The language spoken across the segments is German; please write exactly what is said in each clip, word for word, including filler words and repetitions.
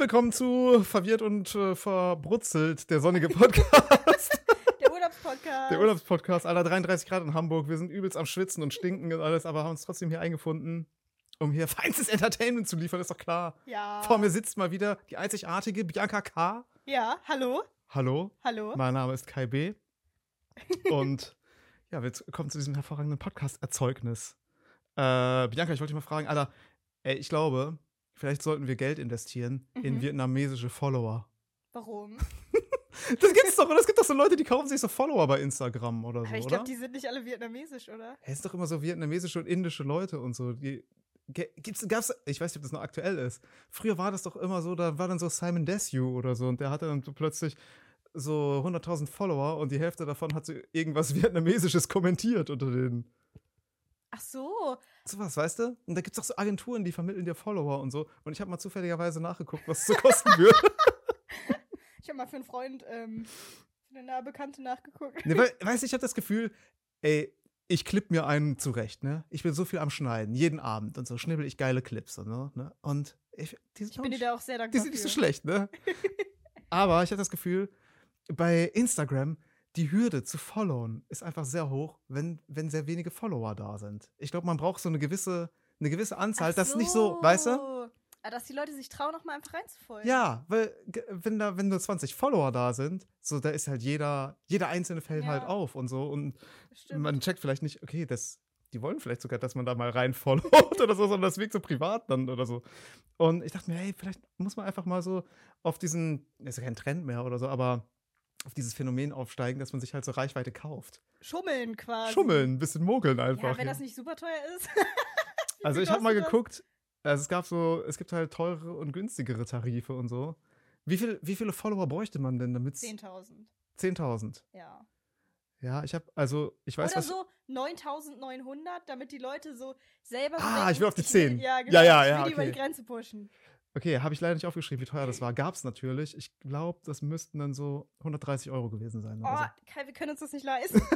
willkommen zu Verwirrt und äh, Verbrutzelt, der sonnige Podcast. Der Urlaubspodcast. Der Urlaubspodcast, aller dreiunddreißig Grad in Hamburg. Wir sind übelst am Schwitzen und stinken und alles, aber haben uns trotzdem hier eingefunden, um hier feinstes Entertainment zu liefern, ist doch klar. Ja. Vor mir sitzt mal wieder die einzigartige Bianca K. Ja, hallo. Hallo. Hallo. Mein Name ist Kai B. Und ja, wir kommen zu diesem hervorragenden Podcast-Erzeugnis. Äh, Bianca, ich wollte dich mal fragen, Alter, ey, ich glaube, vielleicht sollten wir Geld investieren mhm. in vietnamesische Follower. Warum? Das gibt's doch, oder? Es gibt doch so Leute, die kaufen sich so Follower bei Instagram oder so, aber ich oder? glaube, die sind nicht alle vietnamesisch, oder? Es ist doch immer so vietnamesische und indische Leute und so. Die, gibt's, gab's, ich weiß nicht, ob das noch aktuell ist. Früher war das doch immer so, da war dann so Simon Desue oder so und der hatte dann so plötzlich so hunderttausend Follower und die Hälfte davon hat so irgendwas Vietnamesisches kommentiert unter den. Ach so. Sowas, weißt du? Und da gibt's doch so Agenturen, die vermitteln dir Follower und so. Und ich habe mal zufälligerweise nachgeguckt, was es so kosten würde. Ich habe mal für einen Freund, ähm, für eine nahe Bekannte nachgeguckt. Ne, weil, weißt du, ich habe das Gefühl, ey, ich klipp mir einen zurecht, ne? Ich bin so viel am Schneiden, jeden Abend und so schnibbel ich geile Clips, so, ne? Und ich, die sind ich bin dir da auch sehr dankbar. Die sind nicht so schlecht, ne? Aber ich habe das Gefühl, bei Instagram, die Hürde zu followen ist einfach sehr hoch, wenn, wenn sehr wenige Follower da sind. Ich glaube, man braucht so eine gewisse, eine gewisse Anzahl, Ach das so. ist nicht so, weißt du? Ah, dass die Leute sich trauen, noch mal einfach reinzufolgen. Ja, weil wenn da, wenn nur zwanzig Follower da sind, so da ist halt jeder, jeder einzelne fällt Ja. halt auf und so und Stimmt. man checkt vielleicht nicht, okay, das, die wollen vielleicht sogar, dass man da mal rein followt oder so, sondern das wirkt so privat dann oder so. Und ich dachte mir, hey, vielleicht muss man einfach mal so auf diesen, ist ja kein Trend mehr oder so, aber auf dieses Phänomen aufsteigen, dass man sich halt so Reichweite kauft. Schummeln quasi. Schummeln, ein bisschen mogeln einfach. Ja, wenn ja. das nicht super teuer ist. Also ich habe mal das? geguckt, also es gab so, es gibt halt teure und günstigere Tarife und so. Wie, viel, wie viele Follower bräuchte man denn, damit zehntausend. zehntausend? Ja. Ja, ich habe, also, ich weiß Oder was. so neuntausendneunhundert, damit die Leute so selber so Ah, denken, ich will auf die will- zehn. Ja, genau. Ja, ja, ich ja, will die okay. über die Grenze pushen. Okay, habe ich leider nicht aufgeschrieben, wie teuer das war. Gab's natürlich. Ich glaube, das müssten dann so hundertdreißig Euro gewesen sein. Oh, Oder Kai, wir können uns das nicht leisten. so.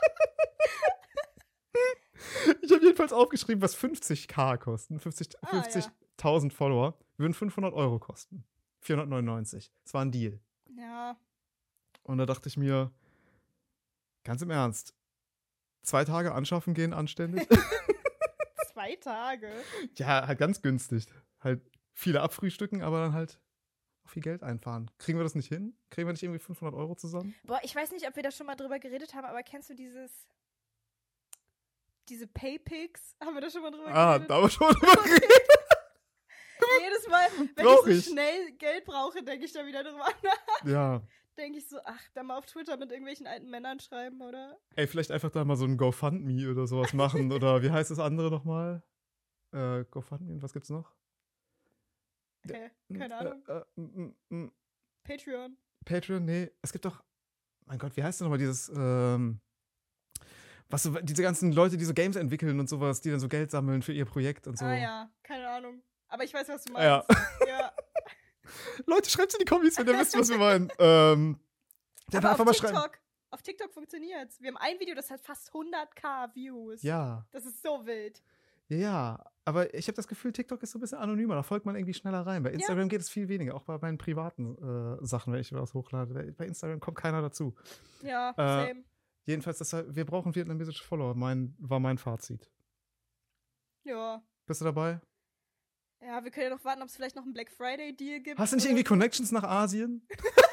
Ich habe jedenfalls aufgeschrieben, was fünfzig K kosten. fünfzig, Ah, fünfzigtausend Follower würden fünfhundert Euro kosten. vierhundertneunundneunzig. Das war ein Deal. Ja. Und da dachte ich mir, ganz im Ernst, zwei Tage anschaffen gehen anständig? Zwei Tage. Ja, halt ganz günstig. Halt viele abfrühstücken, aber dann halt auch viel Geld einfahren. Kriegen wir das nicht hin? Kriegen wir nicht irgendwie fünfhundert Euro zusammen? Boah, ich weiß nicht, ob wir da schon mal drüber geredet haben, aber kennst du dieses diese Paypics? Haben wir da schon mal drüber Ah, geredet? da haben wir schon drüber geredet. Jedes Mal, wenn Brauch ich ich. so schnell Geld brauche, denke ich da wieder drüber nach. Ja. Denke ich so, ach, da mal auf Twitter mit irgendwelchen alten Männern schreiben, oder? Ey, vielleicht einfach da mal so ein GoFundMe oder sowas machen. Oder wie heißt das andere nochmal? Äh, GoFundMe und was gibt's noch? Okay, keine Ahnung. Äh, äh, m, m, Patreon. Patreon? Nee, es gibt doch, mein Gott, wie heißt das nochmal, dieses, ähm, was so, diese ganzen Leute, die so Games entwickeln und sowas, die dann so Geld sammeln für ihr Projekt und so. Ah ja, keine Ahnung. Aber ich weiß, was du Ja. meinst. Ja. Leute, schreibt in die Kommis, wenn ihr wisst, was wir meinen. ähm, der Aber einfach auf mal schreiben. TikTok, auf TikTok funktioniert's. Wir haben ein Video, das hat fast hunderttausend Views. Ja, Das ist so wild. ja, ja. Aber ich habe das Gefühl, TikTok ist so ein bisschen anonymer. Da folgt man irgendwie schneller rein. Bei Instagram geht es viel weniger. Auch bei meinen privaten äh, Sachen, wenn ich was hochlade. Bei- Bei Instagram kommt keiner dazu. Ja, Äh, same. Jedenfalls, das, wir brauchen vietnamesische Follower. Mein, war mein Fazit. Ja. Bist du dabei? Ja, wir können ja noch warten, ob es vielleicht noch einen Black Friday-Deal gibt. Hast du nicht oder irgendwie so. Connections nach Asien?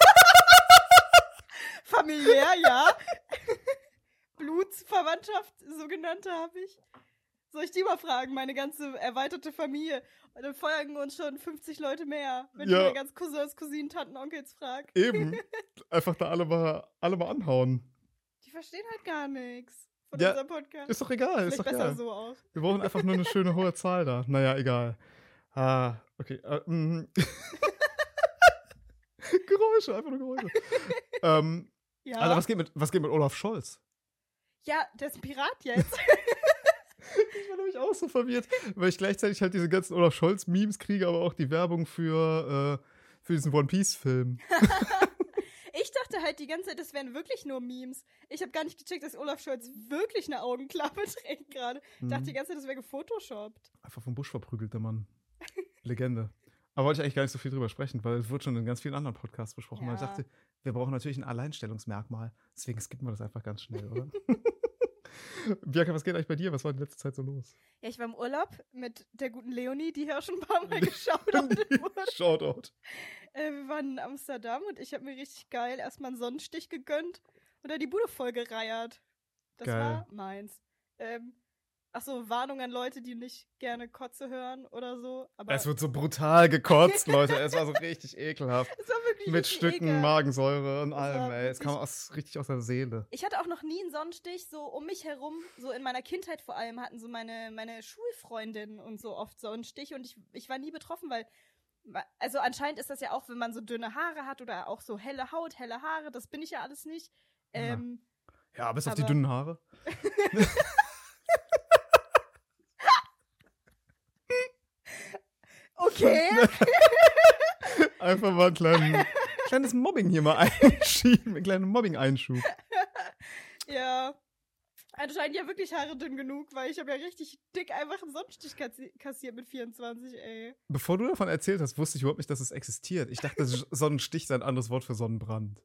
Familiär, ja. Blutsverwandtschaft, sogenannte, habe ich. Soll ich die mal fragen, meine ganze erweiterte Familie? Und dann folgen uns schon fünfzig Leute mehr, wenn Ja. ich meine ganz Cousins, Cousinen, Tanten, Onkels frag. Eben. Einfach da alle mal, alle mal anhauen. Die verstehen halt gar nichts von Ja, unserem Podcast. Ist doch egal. Vielleicht Ist doch besser egal. so auch. Wir brauchen einfach nur eine schöne hohe Zahl da. Naja, egal. Ah, okay. Äh, mm. Geräusche, einfach nur Geräusche. ähm, Ja. Alter, was geht, mit, was geht mit Olaf Scholz? Ja, der ist ein Pirat jetzt. Ich war nämlich auch so verwirrt, weil ich gleichzeitig halt diese ganzen Olaf Scholz-Memes kriege, aber auch die Werbung für, äh, für diesen One-Piece-Film. Ich dachte halt die ganze Zeit, das wären wirklich nur Memes. Ich habe gar nicht gecheckt, dass Olaf Scholz wirklich eine Augenklappe trägt gerade. Ich dachte die ganze Zeit, das wäre gefotoshoppt. Einfach vom Busch verprügelt, der Mann. Legende. Aber wollte ich eigentlich gar nicht so viel drüber sprechen, weil es wurde schon in ganz vielen anderen Podcasts besprochen. Ja. Weil ich dachte, wir brauchen natürlich ein Alleinstellungsmerkmal. Deswegen skippen wir das einfach ganz schnell, oder? Bianca, was geht eigentlich bei dir? Was war in letzter Zeit so los? Ja, ich war im Urlaub mit der guten Leonie, die hier auch schon ein paar Mal geschaut hat. Shoutout. Äh, wir waren in Amsterdam und ich habe mir richtig geil erstmal einen Sonnenstich gegönnt und dann die Bude voll gereiert. Das Geil. war meins. Ähm, Achso, Warnung an Leute, die nicht gerne Kotze hören oder so. Aber Es wird so brutal gekotzt, Leute. Es war so richtig ekelhaft. es war wirklich Mit richtig Stücken ekelhaft. Magensäure und Das allem, war ey. Es kam wirklich- aus, richtig aus der Seele. Ich hatte auch noch nie einen Sonnenstich, so um mich herum, so in meiner Kindheit vor allem, hatten so meine, meine Schulfreundinnen und so oft Sonnenstich und ich, ich war nie betroffen, weil, also anscheinend ist das ja auch, wenn man so dünne Haare hat oder auch so helle Haut, helle Haare, das bin ich ja alles nicht. Ähm, Ja, bis auf die Aber- dünnen Haare. okay. Einfach mal ein kleinen, kleines Mobbing hier mal einschieben. Ein kleiner Mobbing-Einschub. Ja. Anscheinend ja wirklich Haare dünn genug, weil ich habe ja richtig dick einfach einen Sonnenstich kassi- kassiert mit vierundzwanzig, ey. Bevor du davon erzählt hast, wusste ich überhaupt nicht, dass es existiert. Ich dachte, Sonnenstich sei ein anderes Wort für Sonnenbrand.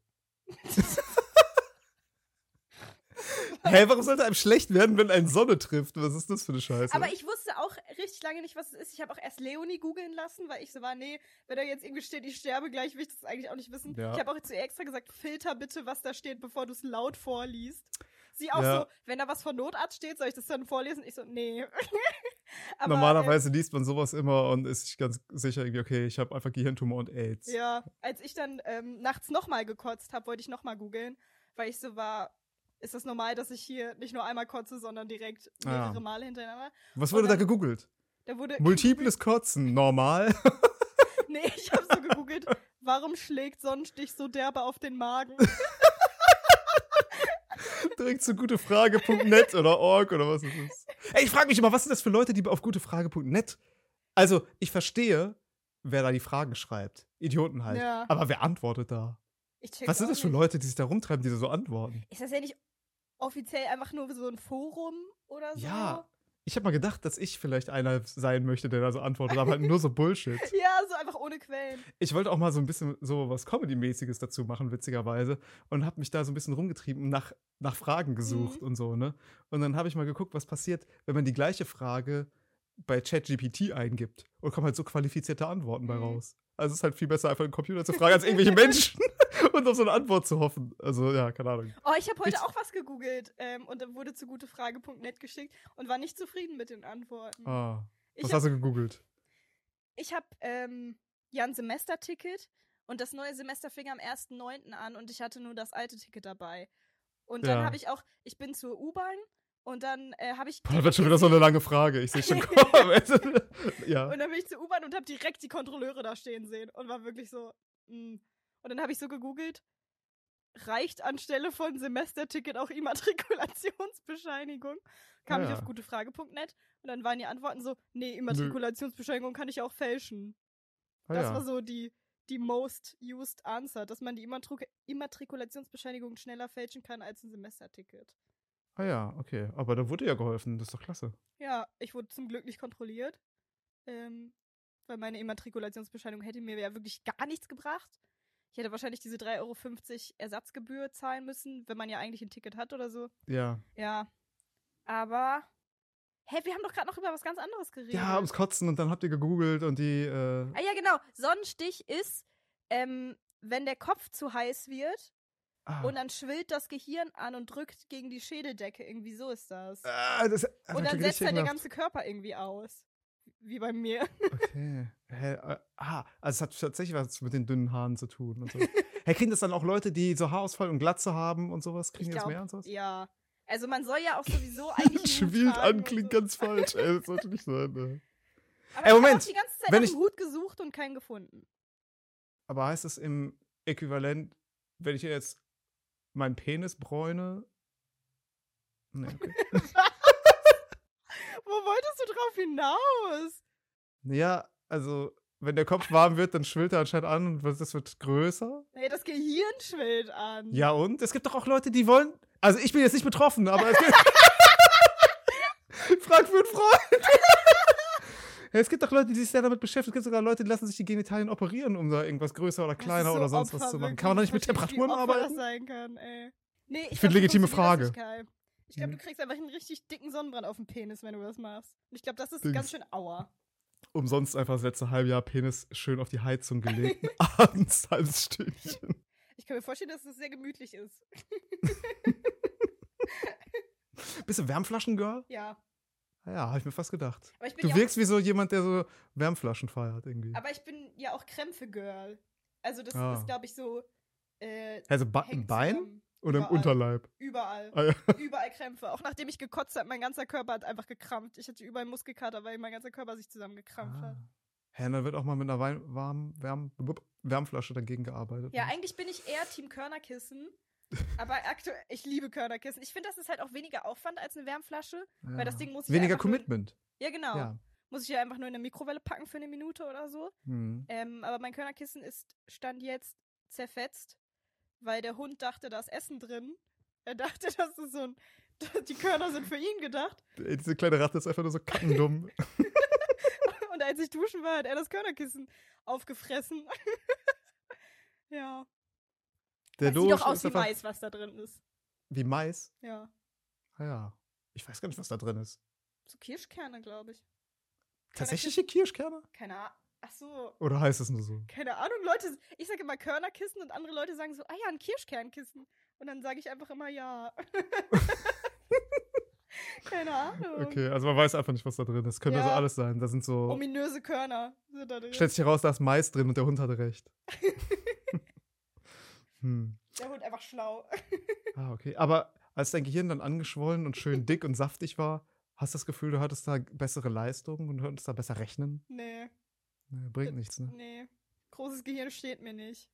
Hä, warum sollte einem schlecht werden, wenn einen Sonne trifft? Was ist das für eine Scheiße? Aber ich wusste auch richtig lange nicht, was es ist. Ich habe auch erst Leonie googeln lassen, weil ich so war, nee, wenn da jetzt irgendwie steht, ich sterbe gleich, will ich das eigentlich auch nicht wissen. Ja. Ich habe auch zu ihr extra gesagt, filter bitte, was da steht, bevor du es laut vorliest. Sie auch Ja. so, wenn da was von Notarzt steht, soll ich das dann vorlesen? Ich so, nee. Aber, Normalerweise liest man sowas immer und ist sich ganz sicher, irgendwie, okay, ich habe einfach Gehirntumor und AIDS. Äh, ja, als ich dann ähm, nachts nochmal gekotzt habe, wollte ich nochmal googeln, weil ich so war, ist das normal, dass ich hier nicht nur einmal kotze, sondern direkt mehrere Ja. Male hintereinander? Was Und wurde da dann- gegoogelt? Da wurde Multiples Kotzen, normal. Nee, ich habe so gegoogelt, warum schlägt Sonnenstich so derbe auf den Magen? Direkt zu gutefrage punkt net oder org oder was ist das? Ey, ich frage mich immer, was sind das für Leute, die auf gutefrage punkt net? Also, ich verstehe, wer da die Fragen schreibt. Idioten halt. Ja. Aber wer antwortet da? Ich check Was sind auch das für nicht. Leute, die sich da rumtreiben, die so antworten? Ist das ja nicht offiziell einfach nur so ein Forum oder so? Ja. Ich habe mal gedacht, dass ich vielleicht einer sein möchte, der da so antwortet, aber halt nur so Bullshit. Ja, so einfach ohne Quellen. Ich wollte auch mal so ein bisschen so was Comedy-mäßiges dazu machen, witzigerweise. Und habe mich da so ein bisschen rumgetrieben und nach, nach Fragen gesucht Mhm. und so, ne? Und dann habe ich mal geguckt, was passiert, wenn man die gleiche Frage bei ChatGPT eingibt. Und kommen halt so qualifizierte Antworten bei Mhm. raus. Also es ist halt viel besser, einfach einen Computer zu fragen, als irgendwelche Menschen und auf so eine Antwort zu hoffen. Also, ja, keine Ahnung. Oh, ich habe heute Richtig- auch was gegoogelt ähm, und dann wurde zu gutefrage punkt net geschickt und war nicht zufrieden mit den Antworten. Ah, ich was habe hast du gegoogelt? ich hab, ähm, ja ein Semesterticket und das neue Semester fing am ersten neunten an und ich hatte nur das alte Ticket dabei. Und dann Ja. habe ich auch, ich bin zur U-Bahn und dann äh, habe ich Boah, das wird schon wieder so eine lange Frage. Ich sehe schon kommen. Ja. Und dann bin ich zur U-Bahn und habe direkt die Kontrolleure da stehen sehen und war wirklich so, mh. Und dann habe ich so gegoogelt, reicht anstelle von Semesterticket auch Immatrikulationsbescheinigung? Kam Ah, ich ja. auf gutefrage punkt net und dann waren die Antworten so, nee, Immatrikulationsbescheinigung kann ich auch fälschen. Ah, Das ja. war so die, die most used answer, dass man die Immatrik Immatrikulationsbescheinigung schneller fälschen kann als ein Semesterticket. ah ja, okay. Aber da wurde ja geholfen. Das ist doch klasse. Ja, ich wurde zum Glück nicht kontrolliert. Ähm, weil meine Immatrikulationsbescheinigung hätte mir ja wirklich gar nichts gebracht. Ich hätte wahrscheinlich diese drei Euro fünfzig Ersatzgebühr zahlen müssen, wenn man ja eigentlich ein Ticket hat oder so. Ja. Ja. Aber, hä, wir haben doch gerade noch über was ganz anderes geredet. Ja, ums Kotzen und dann habt ihr gegoogelt und die, äh, Ah ja, genau. Sonnenstich ist, ähm, wenn der Kopf zu heiß wird ah, und dann schwillt das Gehirn an und drückt gegen die Schädeldecke. Irgendwie so ist das. ah, das, ah, und das dann klingt setzt richtig dann der ekelhaft. ganze Körper irgendwie aus. Wie bei mir. Okay. Hä, äh, ah, also es hat tatsächlich was mit den dünnen Haaren zu tun und so. Hey, kriegen das dann auch Leute, die so Haarausfall und Glatze haben und sowas? Kriegen die das glaub, mehr und sowas? Ja. Also man soll ja auch sowieso eigentlich einen Hut Schwillt tragen an, klingt und so. ganz falsch. Ey, das sollte nicht sein. Ne? Aber Ey, ich Moment, habe auch die ganze Zeit wenn nach ich- einem Hut gesucht und keinen gefunden. Aber heißt es im Äquivalent, wenn ich jetzt meinen Penis bräune? Nee, okay. Wo wolltest du drauf hinaus? Ja, also, wenn der Kopf warm wird, dann schwillt er anscheinend an und was- das wird größer. Nee, das Gehirn schwillt an. Ja, und? Es gibt doch auch Leute, die wollen. Also, ich bin jetzt nicht betroffen, aber es gibt. Frag für einen Freund. Ja, es gibt doch Leute, die sich sehr damit beschäftigen. Es gibt sogar Leute, die lassen sich die Genitalien operieren, um da irgendwas größer oder kleiner so oder sonst Opfer, was zu machen. wirklich. Kann man da nicht Ich mit verstehe nicht, wie Temperaturen Opfer arbeiten? das sein kann, ey. Nee, ich, Ich glaub, finde, legitime so funktioniert das Frage. nicht, Kai. Ich glaube, Mhm. du kriegst einfach einen richtig dicken Sonnenbrand auf den Penis, wenn du das machst. Und ich glaube, das ist Dings. ganz schön aua. Umsonst einfach das letzte halbe Jahr Penis schön auf die Heizung gelegt. Abends halbes Stündchen. Ich kann mir vorstellen, dass es sehr gemütlich ist. Bist du Wärmflaschen-Girl? Ja. Ja, habe ich mir fast gedacht. Aber ich bin Du ja wirkst wie so jemand, der so Wärmflaschen feiert irgendwie. auch, aber ich bin ja auch Krämpfe-Girl. Also das Ah. ist, glaube ich, so äh, Also ba im hängt Bein zusammen. oder im Überall. Unterleib? Überall. Ah, ja. Überall Krämpfe. Auch nachdem ich gekotzt habe, mein ganzer Körper hat einfach gekrampft. Ich hatte überall Muskelkater, weil mein ganzer Körper sich zusammengekrampft Ah. hat. Hä, dann wird auch mal mit einer Wein warm, Wärm Wärmflasche dagegen gearbeitet. Ja, eigentlich bin ich eher Team Körnerkissen. Aber aktuell, ich liebe Körnerkissen. Ich finde, das ist halt auch weniger Aufwand als eine Wärmflasche. Ja. Weil das Ding muss ich Weniger einfach nur- Commitment. Ja, genau. Ja. Muss ich ja einfach nur in eine Mikrowelle packen für eine Minute oder so. Hm. Ähm, aber mein Körnerkissen ist Stand jetzt zerfetzt, weil der Hund dachte, da ist Essen drin. Er dachte, das ist so ein. Die Körner sind für ihn gedacht. Ey, diese kleine Ratte ist einfach nur so kackendumm. Und als ich duschen war, hat er das Körnerkissen aufgefressen. Ja. Der Das sieht doch Doge aus ist wie einfach Mais, was da drin ist. wie Mais. Ja. Ah ja. Ich weiß gar nicht, was da drin ist. So Kirschkerne, glaube ich. Tatsächliche Kirschkerne? Keine Ahnung. Ach so. Oder heißt es nur so? Keine Ahnung, Leute. Ich sage immer Körnerkissen und andere Leute sagen so, ah ja, ein Kirschkernkissen. Und dann sage ich einfach immer ja. Keine Ahnung. Okay, also man weiß einfach nicht, was da drin ist. Könnte Ja. also alles sein. Da sind so. Ominöse Körner sind da drin. Stellt sich heraus, da ist Mais drin und der Hund hatte recht. hm. Der Hund einfach schlau. Ah, okay. Aber als dein Gehirn dann angeschwollen und schön dick und saftig war, hast du das Gefühl, du hattest da bessere Leistung und konntest da besser rechnen? Nee, Nee, bringt nichts, ne? nee. Großes Gehirn steht mir nicht.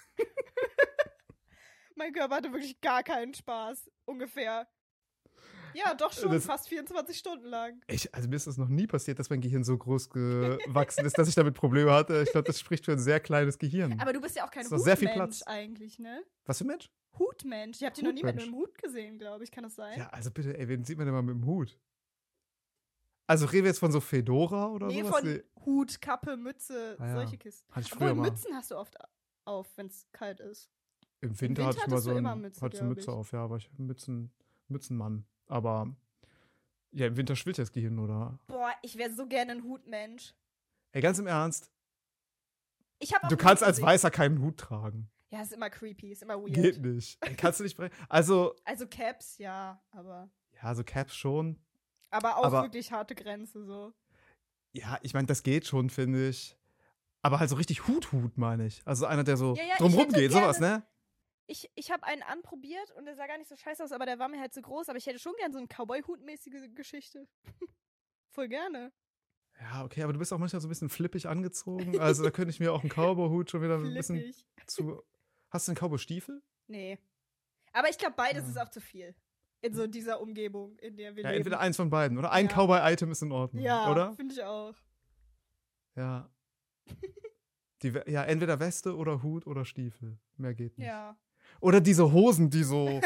Mein Körper hatte wirklich gar keinen Spaß. Ungefähr. Ja, doch schon. Das- fast vierundzwanzig Stunden lang. Ich, also mir ist das noch nie passiert, dass mein Gehirn so groß gewachsen ist, dass ich damit Probleme hatte. Ich glaube, das spricht für ein sehr kleines Gehirn. Aber du bist ja auch kein Ist doch sehr viel Hutmensch Platz. eigentlich, ne? Was für ein Mensch? Hutmensch. Ich hab dich noch nie mit Hutmensch. einem Hut gesehen, glaube ich. Kann das sein? Ja, also bitte, ey, wen sieht man denn mal mit dem Hut? Also reden wir jetzt von so Fedora oder nee, sowas? von Hut, Kappe, Mütze, Ah ja. solche Kisten. Hatte ich Obwohl, früher mal. Mützen hast du oft auf, wenn es kalt ist. Im Winter, Winter hatte ich mal hattest so du ein, immer Mütze, hatte so glaub Mütze ich. auf, ja, war ich Mützen, Mützenmann. Aber ja, im Winter schwillt das Gehirn, oder? Boah, ich wäre so gerne ein Hutmensch. Ey, ganz im Ernst, Ich hab auch du einen kannst Hut als gesehen. Weißer keinen Hut tragen. Ja, ist immer creepy, ist immer weird. Geht nicht. Ey, kannst du nicht brechen. Also, Also Caps, ja, aber. ja, so Caps schon. Aber auch Aber- wirklich harte Grenze so. Ja, ich meine, das geht schon, finde ich. Aber halt so richtig Hut-Hut, meine ich. Also einer, der so Ja, ja, ich drumrum hätte geht, sowas, ne? Ich, ich habe einen anprobiert und der sah gar nicht so scheiße aus, aber der war mir halt so groß. Aber ich hätte schon gern so eine Cowboy-Hut-mäßige Geschichte. Voll gerne. Ja, okay, aber du bist auch manchmal so ein bisschen flippig angezogen. Also da könnte ich mir auch einen Cowboy-Hut schon wieder ein bisschen Flippig. zu. Hast du einen Cowboy-Stiefel? Nee. Aber ich glaube, beides Ja. ist auch zu viel. In so dieser Umgebung, in der wir Ja, leben. entweder eins von beiden. Oder ein Ja. Cowboy-Item ist in Ordnung, ja, oder? finde ich auch. Ja. Die, We- ja, entweder Weste oder Hut oder Stiefel. Mehr geht nicht. Ja. Oder diese Hosen, die so.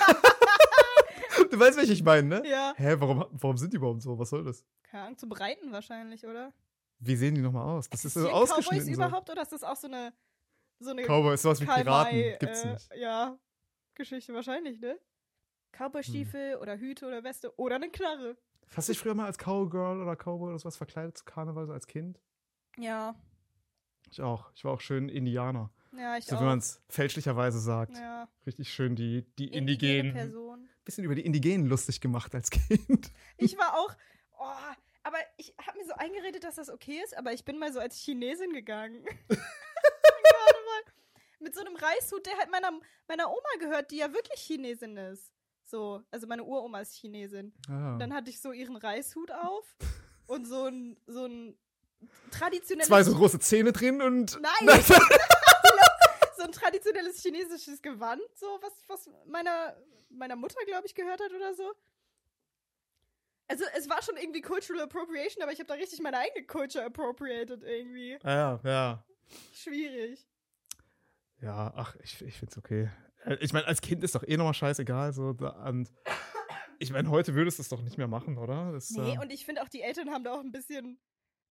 Du weißt, welche ich meine, ne? Ja. Hä, warum, warum sind die überhaupt so? Was soll das? Keine Ahnung, zum Breiten wahrscheinlich, oder? Wie sehen die nochmal aus? Das ist so Hier Cowboys ausgeschnitten. So. überhaupt oder ist das auch so eine so eine Cowboy ist sowas wie Karl Piraten. May, Gibt's äh, nicht. Ja, Geschichte wahrscheinlich, ne? Cowboy-Stiefel Hm. oder Hüte oder Weste oder eine Knarre. Hast du dich früher mal als Cowgirl oder Cowboy oder sowas verkleidet zu Karneval so als Kind? Ja, Ich auch. Ich war auch schön Indianer. ja, ich So auch. wie man es fälschlicherweise sagt. Ja, Richtig schön die, die indigene Indigenen. Person. Bisschen über die Indigenen lustig gemacht als Kind. Ich war auch, oh, aber ich habe mir so eingeredet, dass das okay ist, aber ich bin mal so als Chinesin gegangen. Karneval. Mit so einem Reishut, der halt meiner, meiner Oma gehört, die ja wirklich Chinesin ist. So, also meine Uroma ist Chinesin. Ah. Dann hatte ich so ihren Reishut auf und so ein, so ein traditionelles... Zwei so große Zähne drin und. Nein! So ein traditionelles chinesisches Gewand, so, was, was meiner, meiner Mutter, glaube ich, gehört hat oder so. Also, es war schon irgendwie Cultural Appropriation, aber ich habe da richtig meine eigene Culture appropriated irgendwie. Ja, ja. Schwierig. Ja, ach, ich, ich find's okay. Äh, Ich meine, als Kind ist doch eh nochmal scheißegal. So, da- und ich meine, heute würdest du es doch nicht mehr machen, oder? Das, Nee, äh, und ich finde auch, die Eltern haben da auch ein bisschen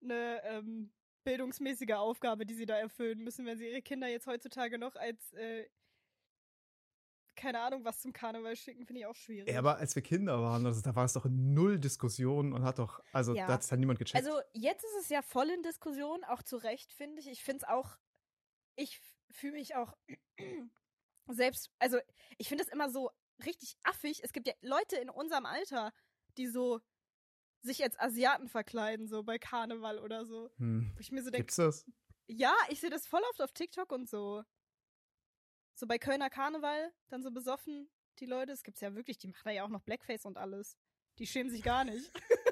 eine ähm, bildungsmäßige Aufgabe, die sie da erfüllen müssen, wenn sie ihre Kinder jetzt heutzutage noch als, äh, keine Ahnung, was zum Karneval schicken, finde ich auch schwierig. Ja, aber als wir Kinder waren, also, da war es doch null Diskussion und hat doch, also Ja. da hat es dann niemand gecheckt. Also jetzt ist es ja voll in Diskussion, auch zu Recht, finde ich. Ich finde es auch, ich fühle mich auch selbst, also ich finde es immer so richtig affig. Es gibt ja Leute in unserem Alter, die so sich als Asiaten verkleiden, so bei Karneval oder so. hm. Wo ich mir so denke, Gibt's das? ja, ich sehe das voll oft auf TikTok und so. So bei Kölner Karneval, dann so besoffen, die Leute, es gibt's ja wirklich, die machen da ja auch noch Blackface und alles. Die schämen sich gar nicht.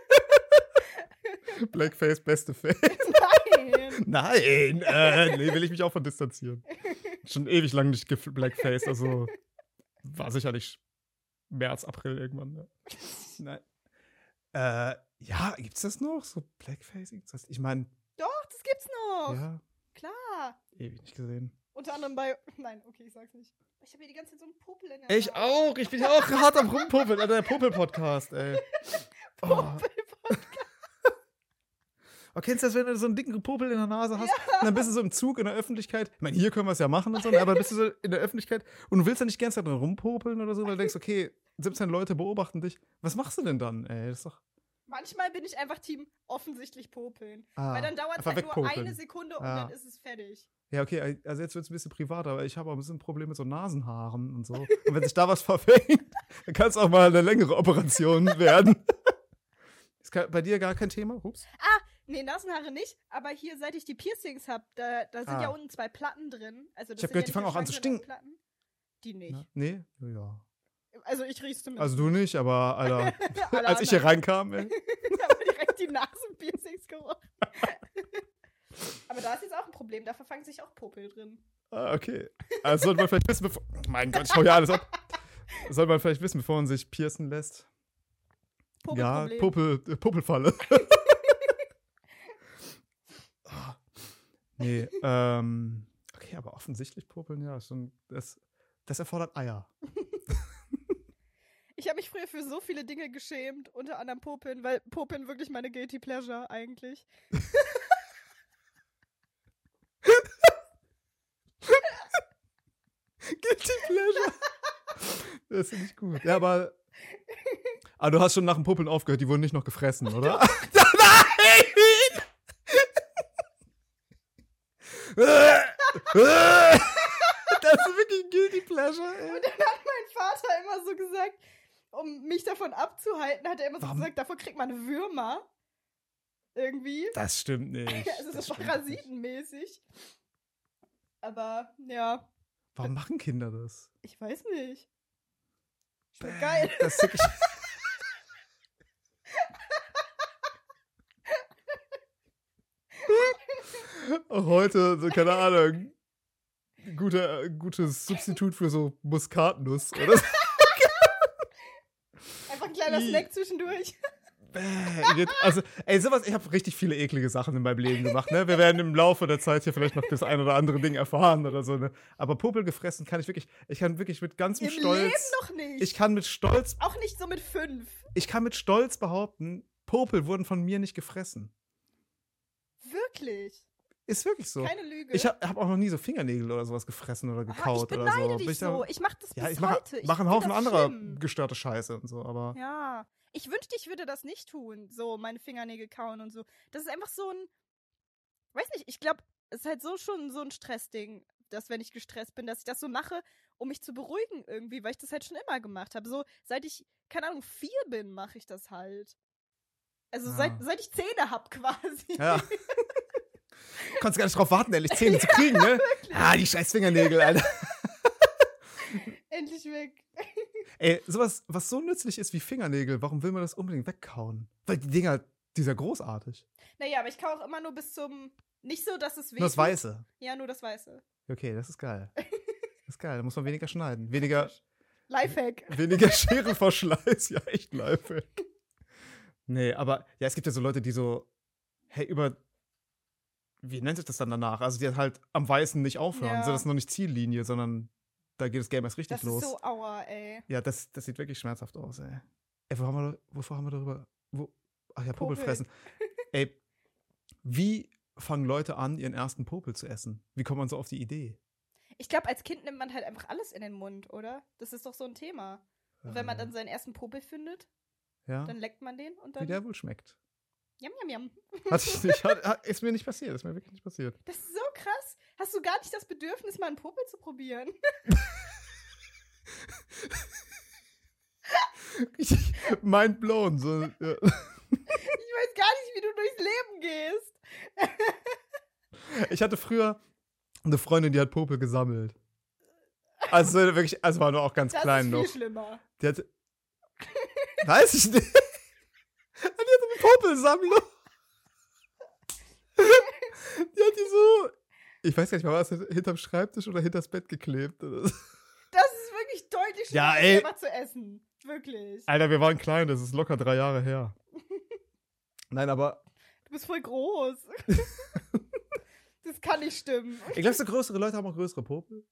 Blackface, beste Face. Nein! Nein, äh, nee, will ich mich auch von distanzieren. Schon ewig lang nicht geblackfaced, also war sicherlich März, April irgendwann. Ja. Nein. Äh, ja, gibt's das noch? So Blackfacing? Ich meine, Doch, das gibt's noch! ja, Klar! ewig nicht gesehen. Unter anderem bei. Nein, okay, ich sag's nicht. Ich habe hier die ganze Zeit so einen Popel in der Ich Nase. auch, ich bin ja auch hart am Rumpuppeln, Alter, der Popel-Podcast, ey. Oh. Popel-Podcast. Oh, kennst du das, wenn du so einen dicken Popel in der Nase hast? Ja. Und dann bist du so im Zug in der Öffentlichkeit. Ich meine, hier können wir es ja machen und so, aber bist du so in der Öffentlichkeit und du willst ja nicht die ganze Zeit drin rumpopeln oder so, weil du denkst, okay, siebzehn Leute beobachten dich. Was machst du denn dann, ey? Das ist doch. Manchmal bin ich einfach Team offensichtlich popeln. Ah, Weil dann dauert es einfach halt nur wegpopeln. eine Sekunde und Ja. dann ist es fertig. Ja, okay, also jetzt wird es ein bisschen privat, aber ich habe auch ein bisschen ein Problem mit so Nasenhaaren und so. Und wenn sich da was verfängt, dann kann es auch mal eine längere Operation werden. Ist ke- bei dir gar kein Thema? Ups. Nee, Nasenhaare nicht, aber hier, seit ich die Piercings hab, da, da sind Ah. ja unten zwei Platten drin. Also das Ich hab sind gehört, die ja fangen nicht auch an zu nur Schranken, stinken. sondern Platten. Die nicht. Na, nee? Ja. Also ich riech's zumindest. Also du nicht, aber Alter, Alle als ich hier anderen. reinkam, ey. Ich habe direkt die Nasenpiercings gerochen. Aber da ist jetzt auch ein Problem, da verfangen sich auch Popel drin. Ah, okay. Also sollte man vielleicht wissen, bevor. Mein Gott, ich hau ja alles ab. Sollte man vielleicht wissen, bevor man sich piercen lässt. Ja, Popelproblem. Popel, äh, Popelfalle. Ah. Nee, ähm. Okay, aber offensichtlich Popeln, ja, ist schon, das, das erfordert Eier. Ich habe mich früher für so viele Dinge geschämt, unter anderem Popeln, weil Popeln wirklich meine Guilty Pleasure eigentlich. Guilty Pleasure. Das finde ich gut. Ja, aber. Aber du hast schon nach dem Popeln aufgehört, die wurden nicht noch gefressen, oder? Nein! Das ist wirklich ein Guilty Pleasure, ey. Und dann hat mein Vater immer so gesagt, um mich davon abzuhalten, hat er immer so Warum? gesagt, davon kriegt man Würmer. Irgendwie. Das stimmt nicht. Also Das so stimmt parasitenmäßig. Aber, ja, Warum machen Kinder das? ich weiß nicht. Schmeckt Bäh, geil. Das ist wirklich. Auch heute, so, keine Ahnung, guter, gutes Substitut für so Muskatnuss, oder? Einfach ein kleiner I- Snack zwischendurch. Bäh, geht- also, ey, sowas, ich habe richtig viele eklige Sachen in meinem Leben gemacht, ne? Wir werden im Laufe der Zeit hier vielleicht noch das ein oder andere Ding erfahren oder so, ne? Aber Popel gefressen kann ich wirklich, ich kann wirklich mit ganzem Im Stolz, Leben noch nicht. ich kann mit Stolz, Auch nicht so mit fünf. ich kann mit Stolz behaupten, Popel wurden von mir nicht gefressen. Wirklich. Ist wirklich so. Keine Lüge. Ich habe hab auch noch nie so Fingernägel oder sowas gefressen oder Oh, gekaut ich oder beneide so. dich Bin ich da- so. Ich mach das ja, bis ich mache heute. Ich mach einen find Haufen das anderer schlimm. gestörte Scheiße und so, aber Ja. Ich wünschte, ich würde das nicht tun. So, meine Fingernägel kauen und so. Das ist einfach so ein. Weiß nicht, ich glaube, es ist halt so schon so ein Stressding, dass wenn ich gestresst bin, dass ich das so mache, um mich zu beruhigen irgendwie, weil ich das halt schon immer gemacht habe. So, seit ich, keine Ahnung, vier bin, mache ich das halt. Also Ah. seit, seit ich Zähne hab quasi. ja. Konntest gar nicht drauf warten, ehrlich Zähne zu kriegen, ne? Ah, die scheiß Fingernägel, Alter. Endlich weg. Ey, sowas, was so nützlich ist wie Fingernägel, warum will man das unbedingt wegkauen? Weil die Dinger, die sind ja großartig. Naja, aber ich kau auch immer nur bis zum. Nicht so, dass es weh Nur das tut. Weiße. Ja, nur das Weiße. Okay, das ist geil. Das ist geil, da muss man weniger schneiden. Weniger, Lifehack. weniger Schere Verschleiß. Ja, echt Lifehack. Nee, aber ja, es gibt ja so Leute, die so, hey, über, wie nennt sich das dann danach? Also die halt am Weißen nicht aufhören. Ja. So, das ist noch nicht Ziellinie, sondern da geht das Game erst richtig Das los. ist so aua, ey. Ja, das, das sieht wirklich schmerzhaft aus, ey. Ey, wo haben wir, wovor haben wir darüber, wo, ach ja, Popel. Popelfressen. Ey, Wie fangen Leute an, ihren ersten Popel zu essen? Wie kommt man so auf die Idee? Ich glaube, als Kind nimmt man halt einfach alles in den Mund, oder? Das ist doch so ein Thema. Und wenn man dann seinen ersten Popel findet, ja, dann leckt man den und wie dann. der wohl schmeckt. Yum, yum, yum. Hat ich nicht, hat, hat, ist mir nicht passiert, ist mir wirklich nicht passiert. Das ist so krass. Hast du gar nicht das Bedürfnis, mal einen Popel zu probieren? Richtig mind blown. So, ja. Ich weiß gar nicht, wie du durchs Leben gehst. Ich hatte früher eine Freundin, die hat Popel gesammelt. Also wirklich, also war nur auch ganz das klein ist noch. viel schlimmer. Die hatte, weiß ich nicht. Die hatte eine Popelsammlung. Die hat die so, ich weiß gar nicht mal, war es hinterm Schreibtisch oder hinters Bett geklebt oder so. Das ist wirklich deutlich schlimmer, Ja, als ey. selber zu essen. Wirklich. Alter, wir waren klein, das ist locker drei Jahre her. Nein, aber Du bist voll groß. Das kann nicht stimmen. ich glaube, so größere Leute haben auch größere Popel.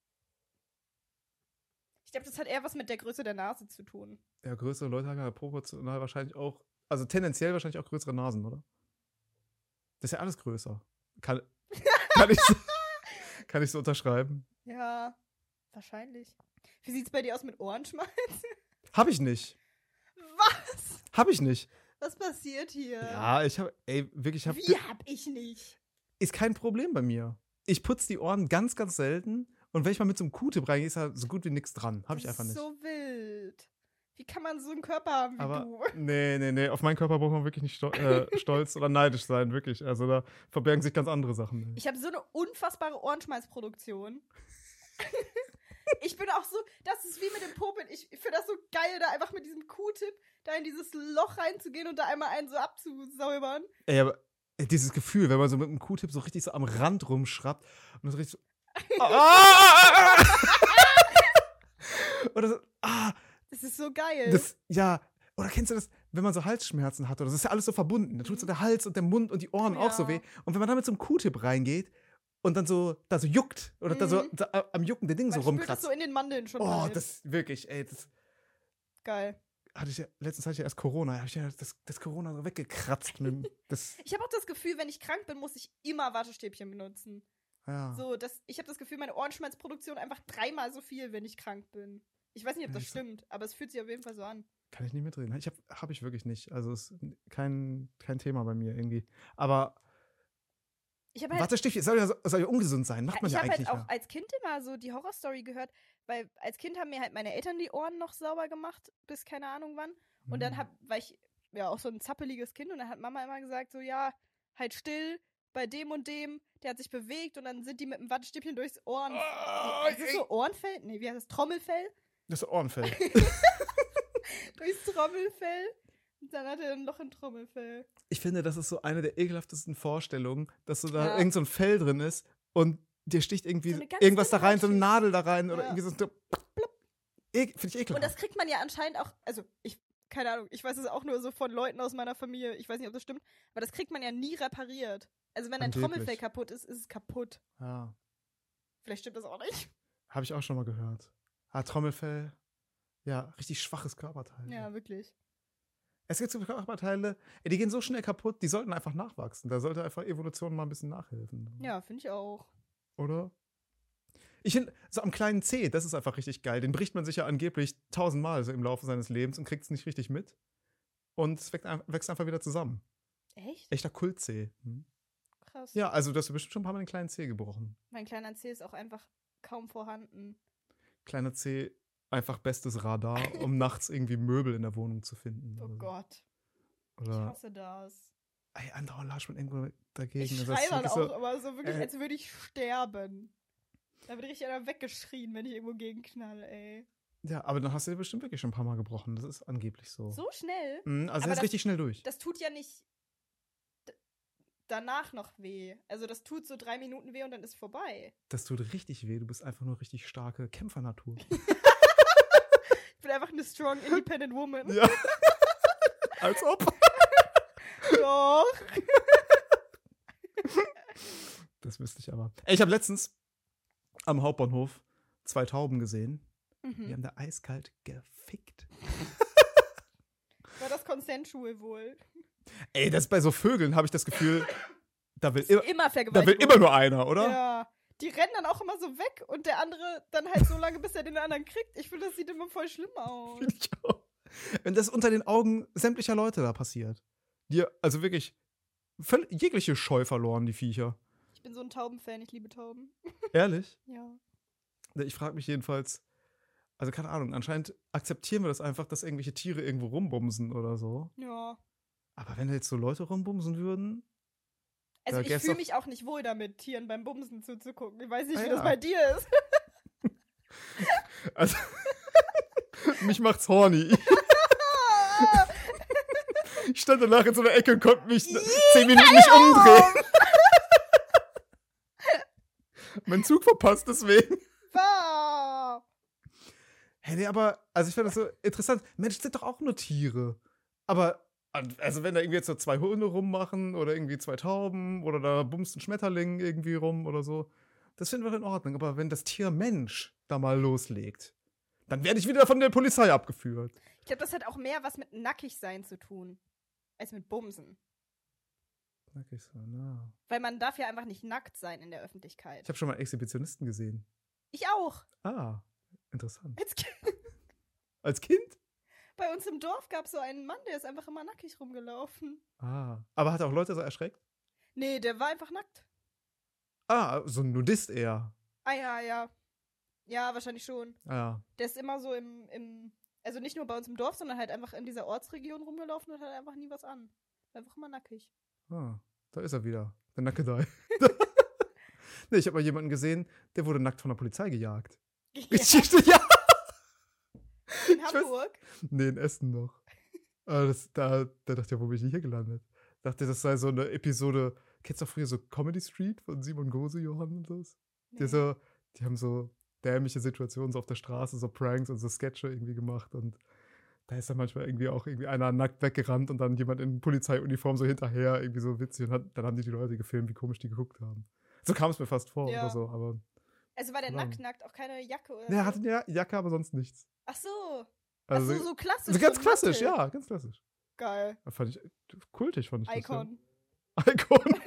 Ich glaube, das hat eher was mit der Größe der Nase zu tun. Ja, größere Leute haben ja proportional wahrscheinlich auch, also tendenziell wahrscheinlich auch größere Nasen, oder? Das ist ja alles größer. Kann, kann, ich, so, kann ich so unterschreiben. Ja, wahrscheinlich. Wie sieht's bei dir aus mit Ohrenschmalz? Hab ich nicht. Was? Hab ich nicht. Was passiert hier? Ja, ich hab, ey, wirklich, ich hab, Wie hab ich nicht? ist kein Problem bei mir. Ich putze die Ohren ganz, ganz selten und wenn ich mal mit so einem Q-Tip reingehe, ist da so gut wie nichts dran. Hab ich Das einfach ist nicht. so wild. Wie kann man so einen Körper haben wie Aber du? nee, nee, nee, auf meinen Körper braucht man wirklich nicht sto äh, stolz oder neidisch sein, wirklich. Also da verbergen sich ganz andere Sachen. Ich habe so eine unfassbare Ohrenschmalzproduktion. Ich bin auch so, das ist wie mit dem Popeln. Ich finde das so geil, da einfach mit diesem Q-Tip da in dieses Loch reinzugehen und da einmal einen so abzusäubern. Ey, aber ey, dieses Gefühl, wenn man so mit einem Q-Tip so richtig so am Rand rumschraubt und so richtig so ah! Oder so, ah, Das ist so geil. das, ja, oder kennst du das, wenn man so Halsschmerzen hat oder so, das ist ja alles so verbunden. Da tut so der Hals und der Mund und die Ohren Ja. auch so weh. Und wenn man da mit so einem Q-Tip reingeht und dann so, da so juckt oder da so Mhm. da, äh, am Jucken der Ding Man so spürt das rumkratzt. so in den Mandeln schon Oh, halt. das wirklich, ey, das Geil. hatte ich ja, letztens hatte ich ja erst Corona, hab ich ja das, das Corona so weggekratzt mit dem- das, Ich habe auch das Gefühl, wenn ich krank bin, muss ich immer Wattestäbchen benutzen. ja. So, das, ich habe das Gefühl, meine Ohrenschmalzproduktion einfach dreimal so viel, wenn ich krank bin. Ich weiß nicht, ob Ja, das ich so- stimmt, aber es fühlt sich auf jeden Fall so an. Kann ich nicht mitreden. Ich hab, hab ich wirklich nicht. Also ist kein, kein Thema bei mir irgendwie. Aber Ich habe halt, Wattestäbchen soll ja, soll ja ungesund sein. Macht man ich ja hab eigentlich halt nicht auch mehr. als Kind immer so die Horrorstory gehört, weil als Kind haben mir halt meine Eltern die Ohren noch sauber gemacht, bis keine Ahnung wann. Und dann Hm. hab, war ich ja auch so ein zappeliges Kind und dann hat Mama immer gesagt, so ja, halt still, bei dem und dem, der hat sich bewegt und dann sind die mit dem Wattestäbchen durchs Ohren. Oh, Ist das so Ohrenfell? Nee, wie heißt das? Trommelfell? Das ist Ohrenfell. Durchs Trommelfell. Und dann hat er ein Loch im Trommelfell. Ich finde, das ist so eine der ekelhaftesten Vorstellungen, dass so da Ja. irgend so ein Fell drin ist und dir sticht irgendwie So eine ganz irgendwas da dünne rein, so eine Hautschicht. Nadel da rein oder Ja. irgendwie so. so Ek, finde ich Und ekelhaft. das kriegt man ja anscheinend auch, also ich, keine Ahnung, ich weiß es auch nur so von Leuten aus meiner Familie, ich weiß nicht, ob das stimmt, aber das kriegt man ja nie repariert. Also wenn ein Angeblich. Trommelfell kaputt ist, ist es kaputt. Ja, Vielleicht stimmt das auch nicht. habe ich auch schon mal gehört. Ah, Trommelfell. Ja, richtig schwaches Körperteil. Ja, wirklich. Es gibt so Körperteile, ey, die gehen so schnell kaputt, die sollten einfach nachwachsen. Da sollte einfach Evolution mal ein bisschen nachhelfen. Ja, finde ich auch. Oder? Ich finde, so am kleinen Zeh, das ist einfach richtig geil. Den bricht man sich ja angeblich tausendmal so im Laufe seines Lebens und kriegt es nicht richtig mit. Und es wächst, ein- wächst einfach wieder zusammen. Echt? Echter Kultzeh. Hm? Krass. Ja, also du hast bestimmt schon ein paar Mal den kleinen Zeh gebrochen. Mein kleiner Zeh ist auch einfach kaum vorhanden. Kleiner Zeh, einfach bestes Radar, um nachts irgendwie Möbel in der Wohnung zu finden. Oh oder so. Gott, ich Oder, hasse das. ey, andauernd latscht man irgendwo dagegen. Ich Also das schreie ist dann wirklich auch so, immer so wirklich, äh, als würde ich sterben. Da wird richtig einer weggeschrien, wenn ich irgendwo gegenknall, ey. Ja, aber dann hast du dir bestimmt wirklich schon ein paar Mal gebrochen. Das ist angeblich so. So schnell? Mhm, also Aber er ist das- richtig schnell durch. Das tut ja nicht d- danach noch weh. Also das tut so drei Minuten weh und dann ist vorbei. Das tut richtig weh. Du bist einfach nur richtig starke Kämpfernatur. Ich bin einfach eine strong, independent woman. Ja. Als ob. Doch. Das wüsste ich aber. Ey, ich habe letztens am Hauptbahnhof zwei Tauben gesehen. Die Mhm. haben da eiskalt gefickt. War das consensual wohl? Ey, das bei so Vögeln habe ich das Gefühl, Da will, Ist immer, immer da will Vergewaltigung. immer nur einer, oder? Ja. Die rennen dann auch immer so weg und der andere dann halt so lange, bis er den anderen kriegt. Ich finde, das sieht immer voll schlimm aus. Finde ich auch. Wenn das unter den Augen sämtlicher Leute da passiert. Die, also wirklich völ- jegliche Scheu verloren, die Viecher. Ich bin so ein Taubenfan, ich liebe Tauben. Ehrlich? Ja. Ich frage mich jedenfalls, also keine Ahnung, anscheinend akzeptieren wir das einfach, dass irgendwelche Tiere irgendwo rumbumsen oder so. Ja. Aber Aber wenn da jetzt so Leute rumbumsen würden, also da ich gäb's fühle doch- mich auch nicht wohl damit, Tieren beim Bumsen zuzugucken. Ich weiß nicht, Ah, wie ja. das bei dir ist. also mich macht's horny. Ich stand danach in so einer Ecke und konnte mich zehn Minuten nicht umdrehen. Mein Zug verpasst deswegen. Bah. Hey, nee, aber, also ich finde das so interessant. Menschen sind doch auch nur Tiere. Aber, also wenn da irgendwie jetzt so zwei Hunde rummachen oder irgendwie zwei Tauben oder da bumst ein Schmetterling irgendwie rum oder so, das finden wir in Ordnung. Aber wenn das Tier Mensch da mal loslegt, dann werde ich wieder von der Polizei abgeführt. Ich glaube, das hat auch mehr was mit nackig sein zu tun, als mit Bumsen. Sag ich so, na. Weil man darf ja einfach nicht nackt sein in der Öffentlichkeit. Ich habe schon mal Exhibitionisten gesehen. Ich auch. Ah, interessant. Als Kind. Als Kind? Bei uns im Dorf gab es so einen Mann, der ist einfach immer nackig rumgelaufen. Ah. Aber hat er auch Leute so erschreckt? Nee, der war einfach nackt. Ah, so ein Nudist eher. Ah ja, ja. Ja, wahrscheinlich schon. Ah, ja. Der ist immer so im, im, also nicht nur bei uns im Dorf, sondern halt einfach in dieser Ortsregion rumgelaufen und hat einfach nie was an. Einfach immer nackig. Ah, da ist er wieder. Der Nackedei. Nee, ich habe mal jemanden gesehen, der wurde nackt von der Polizei gejagt. Ja, Geschichte, ja. in weiß- Hamburg. Nee, in Essen noch. Aber das, da, da dachte ich, ja, wo bin ich denn hier gelandet? Dachte, das sei so eine Episode. Kennst du doch früher so Comedy Street von Simon Gose, Johann und so? Die, Nee. so, die haben so dämliche Situationen so auf der Straße, so Pranks und so Sketche irgendwie gemacht und da ist dann manchmal irgendwie auch irgendwie einer nackt weggerannt und dann jemand in Polizeiuniform so hinterher, irgendwie so witzig und hat, dann haben die die Leute gefilmt, wie komisch die geguckt haben. So kam es mir fast vor Ja. oder so, aber Also war der Lang. nackt, nackt, auch keine Jacke oder ne, er so? hatte eine Jacke, aber sonst nichts. Ach so. Also, Ach so, so klassisch. also ganz so klassisch, Mantel. ja, ganz klassisch. Geil. Fand ich kultig, fand ich Icon. das. Ja. Icon.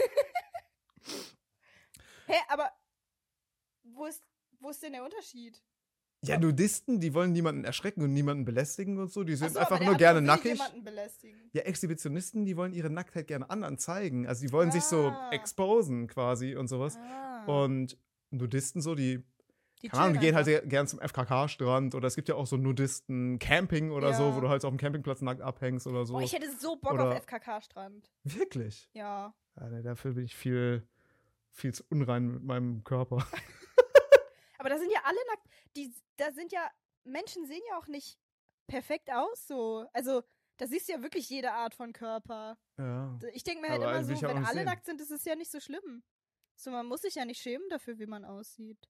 Hä, aber wo ist, wo ist denn der Unterschied? Ja, Nudisten, die wollen niemanden erschrecken und niemanden belästigen und so. Die sind Ach so, einfach aber der nur andere gerne will nackig. jemanden belästigen. Ja, Exhibitionisten, die wollen ihre Nacktheit gerne anderen zeigen. Also die wollen sich so Ah. exposen quasi und sowas. Ah, Und Nudisten so, die, die keine Ahnung, die gehen halt chillen sehr gern zum F K K-Strand oder es gibt ja auch so Nudisten-Camping oder so, Ja. wo du halt auf dem Campingplatz nackt abhängst oder so. Boah, ich hätte so Bock Oder- auf F K K-Strand. Wirklich? Ja. Ja, nee, dafür bin ich viel, viel zu unrein mit meinem Körper. Aber da sind ja alle nackt. Die, da sind ja, Menschen sehen ja auch nicht perfekt aus so. Also, da siehst du ja wirklich jede Art von Körper. Ja. Ich denke mir halt Aber immer will so, ich ja auch wenn nicht alle sehen. nackt sind, ist es ja nicht so schlimm. So, man muss sich ja nicht schämen dafür, wie man aussieht.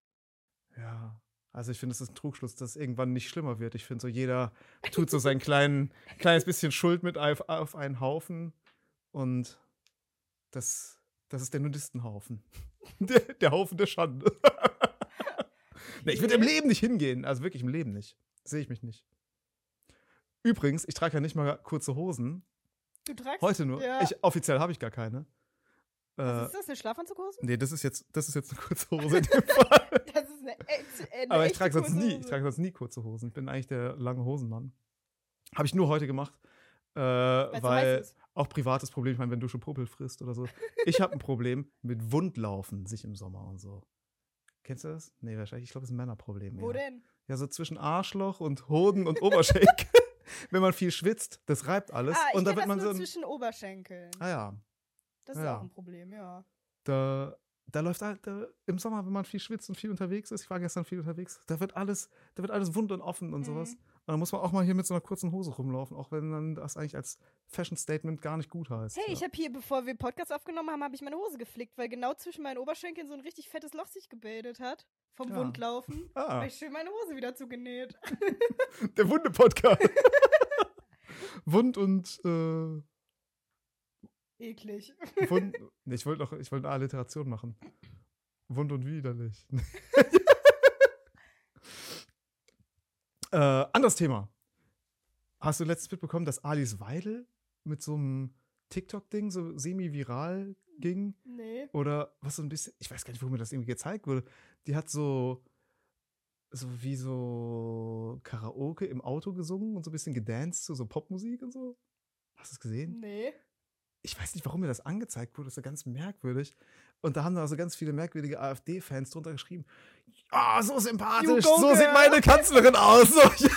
Ja. Also ich finde, es ist ein Trugschluss, dass es irgendwann nicht schlimmer wird. Ich finde so, jeder tut so sein kleinen, kleines bisschen Schuld mit auf, auf einen Haufen. Und das, das ist der Nudistenhaufen. Der, der Haufen der Schande. Nee, ich würde im Leben nicht hingehen. Also wirklich im Leben nicht. Sehe ich mich nicht. Übrigens, ich trage ja nicht mal kurze Hosen. Du tragst. Heute nur. Ja. Ich, offiziell habe ich gar keine. Was Äh, ist das, eine Schlafanzughose? nee, das ist jetzt, das ist jetzt eine kurze Hose in dem Fall. Das ist eine, echte- eine Aber ich echte trage sonst kurze nie, Hose. ich trage sonst nie kurze Hosen. Ich bin eigentlich der lange Hosenmann. Habe ich nur heute gemacht, äh, Weil's so weil heiß ist. auch privates Problem, ich meine, wenn du schon Popel frisst oder so. Ich habe ein Problem mit Wundlaufen sich im Sommer und so. Kennst du das? Nee, wahrscheinlich, ich glaube, das ist ein Männerproblem. Wo Ja. denn? ja, so zwischen Arschloch und Hoden und Oberschenkel. Wenn man viel schwitzt, das reibt alles. Ah, ich und da kenn wird das man nur so. Ein, zwischen Oberschenkeln. ah ja, Das ist ja. auch ein Problem, ja. da, da läuft halt da, im Sommer, wenn man viel schwitzt und viel unterwegs ist, ich war gestern viel unterwegs, da wird alles, da wird alles wund und offen und Mhm. sowas. Und dann muss man auch mal hier mit so einer kurzen Hose rumlaufen, auch wenn dann das eigentlich als Fashion-Statement gar nicht gut heißt. Hey, ja. ich habe hier, bevor wir Podcast aufgenommen haben, habe ich meine Hose geflickt, weil genau zwischen meinen Oberschenkeln so ein richtig fettes Loch sich gebildet hat. Vom Ja. Wundlaufen. Ah, Habe ich schön meine Hose wieder zugenäht. der Wunde-Podcast. Wund und, äh, Eklig. Wund, nee, ich wollte noch, ich wollte eine Alliteration machen. Wund und widerlich. äh, anderes Thema. Hast du letztens mitbekommen, dass Alice Weidel mit so einem TikTok-Ding so semi-viral ging. Nee. Oder was so ein bisschen, ich weiß gar nicht, wo mir das irgendwie gezeigt wurde. Die hat so, so wie so Karaoke im Auto gesungen und so ein bisschen gedanced zu so Popmusik und so. Hast du es gesehen? Nee. Ich weiß nicht, warum mir das angezeigt wurde. Das ist ja ganz merkwürdig. Und da haben da so ganz viele merkwürdige AfD-Fans drunter geschrieben: Ah, so sympathisch, You go, so sieht girl. meine Kanzlerin aus. So, ja.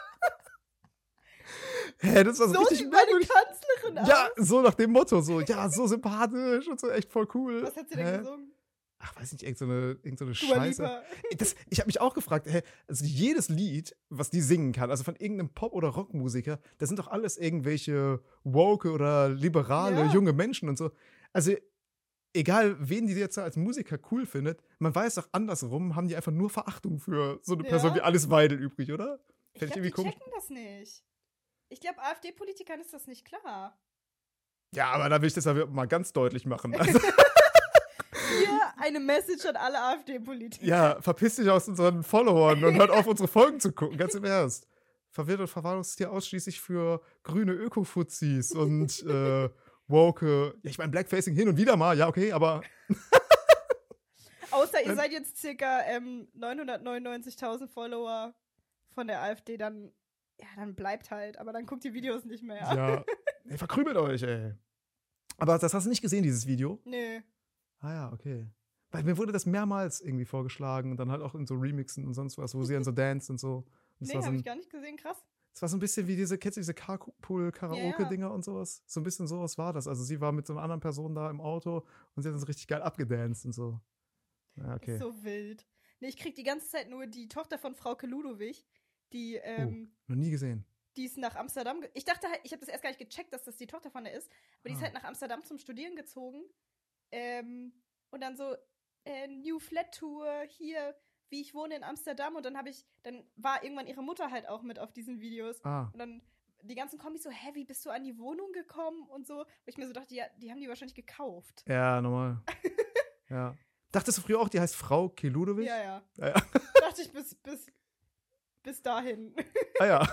Hä, das war so, So richtig sieht meine merkwürdig. Kanzlerin aus. Ja, so nach dem Motto, so, ja, so sympathisch und so, echt voll cool. Was hat sie denn Hä? gesungen? Ach, weiß nicht, irgend so eine, irgend so eine Dua Scheiße. Lipa. Das, ich habe mich auch gefragt, hä, also jedes Lied, was die singen kann, also von irgendeinem Pop- oder Rockmusiker, das sind doch alles irgendwelche woke oder liberale Ja. junge Menschen und so. Also egal, wen die jetzt als Musiker cool findet, man weiß doch andersrum, haben die einfach nur Verachtung für so eine Ja. Person wie Alice Weidel übrig, oder? Ich Fänd glaube, irgendwie die komisch. checken das nicht. Ich glaube, AfD-Politikern ist das nicht klar. Ja, aber da will ich das aber mal ganz deutlich machen. Also, Hier eine Message an alle AfD-Politiker. ja, verpiss dich aus unseren Followern und hört auf, unsere Folgen zu gucken, ganz im Ernst. Verwirrt und Verwahrungstier ausschließlich für grüne Öko-Fuzis und äh, woke, ja, ich meine Blackfacing hin und wieder mal, ja, okay, aber Außer ihr Ähm, seid jetzt circa ähm, neunhundertneunundneunzigtausend Follower von der AfD, dann, ja, dann bleibt halt. Aber dann guckt die Videos nicht mehr. ja, ey, verkrümelt euch, ey. Aber das hast du nicht gesehen, dieses Video? Nö. Ah ja, okay. Weil mir wurde das mehrmals irgendwie vorgeschlagen und dann halt auch in so Remixen und sonst was, wo sie dann so danced und so. Und das Nee, war so habe ein, ich gar nicht gesehen, krass. das war so ein bisschen wie diese, kennst du diese Carpool-Karaoke-Dinger und sowas? So ein bisschen sowas war das. Also sie war mit so einer anderen Person da im Auto und sie hat dann so richtig geil abgedanced und so. Ja, okay. Ist so wild. Nee, ich krieg die ganze Zeit nur die Tochter von Frauke Ludowig, die, Oh, ähm, noch nie gesehen. die ist nach Amsterdam. ge- Ich dachte halt, ich habe das erst gar nicht gecheckt, dass das die Tochter von der ist, aber die ist Ah. halt nach Amsterdam zum Studieren gezogen. Ähm, und dann so, äh, New Flat Tour, hier, wie ich wohne in Amsterdam. Und dann habe ich, dann war irgendwann ihre Mutter halt auch mit auf diesen Videos. Ah, Und dann die ganzen Kombis so, hä, wie bist du an die Wohnung gekommen und so. Wo ich mir so dachte, ja, die haben die wahrscheinlich gekauft. ja, normal. Ja. Dachtest du früher auch, die heißt Frau Keludovic? Ja, ja. Ja, ja. Dachte ich bis, bis, bis dahin. Ah ja.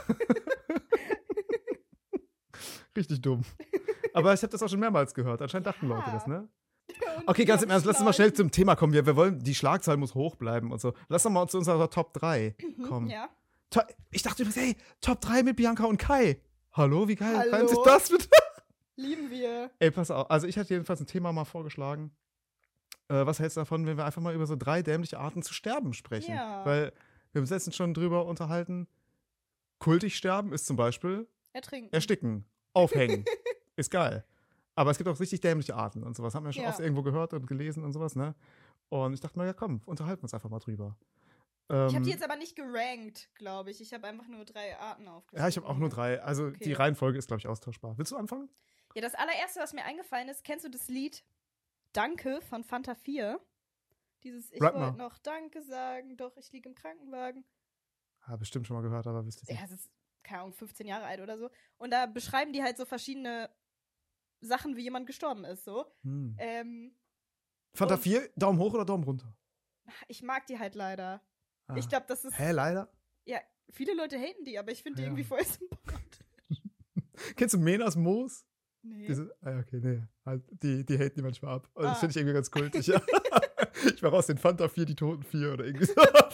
Richtig dumm. Aber ich habe das auch schon mehrmals gehört. Anscheinend dachten Ja. Leute das, ne? Und Okay, die ganz im Ernst, lass uns mal schnell Schleifen. zum Thema kommen. Wir, wir wollen, die Schlagzahl muss hoch bleiben und so. Lass doch mal zu unserer Top drei Mhm, kommen. Ja. To- Ich dachte übrigens, hey, Top drei mit Bianca und Kai. Hallo, wie geil Hallo? reimt sich das bitte? Lieben wir. Ey, pass auf. Also ich hatte jedenfalls ein Thema mal vorgeschlagen. Äh, was hältst du davon, wenn wir einfach mal über so drei dämliche Arten zu sterben sprechen? Ja. Weil wir haben uns letztens schon drüber unterhalten. Kultig sterben ist zum Beispiel Ertrinken. ersticken, aufhängen. Ist geil. Aber es gibt auch richtig dämliche Arten und sowas. Haben wir schon Ja. oft irgendwo gehört und gelesen und sowas, ne? Und ich dachte mir, ja komm, unterhalten wir uns einfach mal drüber. Ich habe Ähm, die jetzt aber nicht gerankt, glaube ich. Ich habe einfach nur drei Arten aufgeschrieben. ja, ich habe auch nur drei. Also Okay. die Reihenfolge ist, glaube ich, austauschbar. Willst du anfangen? Ja, das allererste, was mir eingefallen ist, kennst du das Lied Danke von Fanta vier? Dieses Ich Rap wollte mal. noch Danke sagen, doch ich liege im Krankenwagen. Ja, bestimmt schon mal gehört, aber wisst ihr Ja, nicht. es ist, keine Ahnung, fünfzehn Jahre alt oder so. Und da beschreiben die halt so verschiedene Sachen, wie jemand gestorben ist, so. Hm. Ähm, Fanta und- vier, Daumen hoch oder Daumen runter? ich mag die halt leider. Ah. Ich glaube, das ist, Hä, leider? ja, viele Leute haten die, aber ich finde die Ja. irgendwie voll sympathisch. Kennst du Menas Moos? Nee. Diese, ah, okay, nee. Halt, die, die haten die manchmal ab. Und Ah. das finde ich irgendwie ganz kultig, ja. Ich mache aus den Fanta vier die Toten vier oder irgendwie so.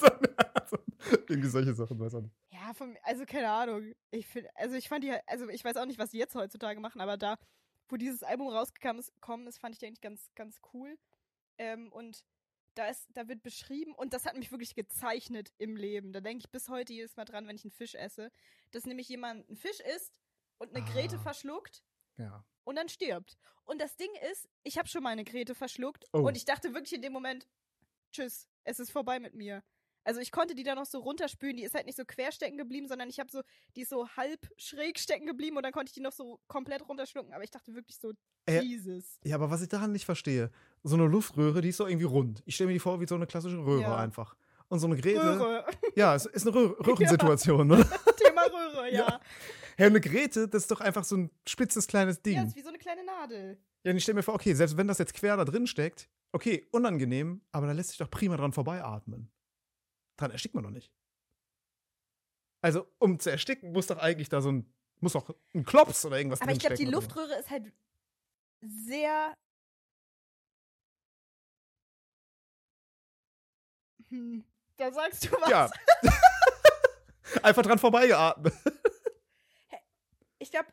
Irgendwie solche Sachen, weiß auch nicht. Ja, von, also keine Ahnung. Ich find, also ich fand die, halt- also ich weiß auch nicht, was die jetzt heutzutage machen, aber da, wo dieses Album rausgekommen ist, kommen ist, fand ich die eigentlich ganz, ganz cool. Ähm, und da ist, da wird beschrieben, und das hat mich wirklich gezeichnet im Leben. Da denke ich bis heute jedes Mal dran, wenn ich einen Fisch esse, dass nämlich jemand einen Fisch isst und eine Ah. Grete verschluckt Ja. und dann stirbt. Und das Ding ist, ich habe schon mal eine Grete verschluckt Oh. und ich dachte wirklich in dem Moment, tschüss, es ist vorbei mit mir. Also ich konnte die da noch so runterspülen, die ist halt nicht so quer stecken geblieben, sondern ich habe so, die ist so halb schräg stecken geblieben und dann konnte ich die noch so komplett runterschlucken, aber ich dachte wirklich so, Äh, Jesus. Ja, aber was ich daran nicht verstehe, so eine Luftröhre, die ist doch irgendwie rund. Ich stelle mir die vor wie so eine klassische Röhre Ja. einfach. Und so eine Grete, Röhre. ja, es ist eine Röhre, Röhrensituation, oder? Thema Röhre, ja. Ja. Hey, eine Grete, das ist doch einfach so ein spitzes kleines Ding. Ja, ist wie so eine kleine Nadel. Ja, und ich stelle mir vor, okay, selbst wenn das jetzt quer da drin steckt, okay, unangenehm, aber da lässt sich doch prima dran vorbeiatmen. Dran erstickt man doch nicht. Also, um zu ersticken, muss doch eigentlich da so ein, muss doch ein Klops oder irgendwas Aber ich glaube, die drinstecken oder so. Luftröhre ist halt sehr Hm, da sagst du was. Ja. Einfach dran vorbeigeatmet. Ich glaube,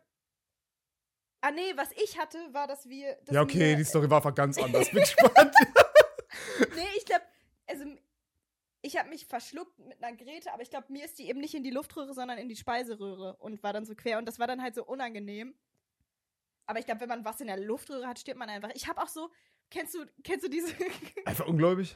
ah nee, was ich hatte, war, dass wir... Dass Ja, okay, mir, die Story war einfach ganz anders. Bin gespannt. Nee, ich glaube, also ich habe mich verschluckt mit einer Grete, aber ich glaube, mir ist die eben nicht in die Luftröhre, sondern in die Speiseröhre und war dann so quer und das war dann halt so unangenehm. Aber ich glaube, wenn man was in der Luftröhre hat, stirbt man einfach. Ich habe auch so, kennst du, kennst du diese... Einfach ungläubig.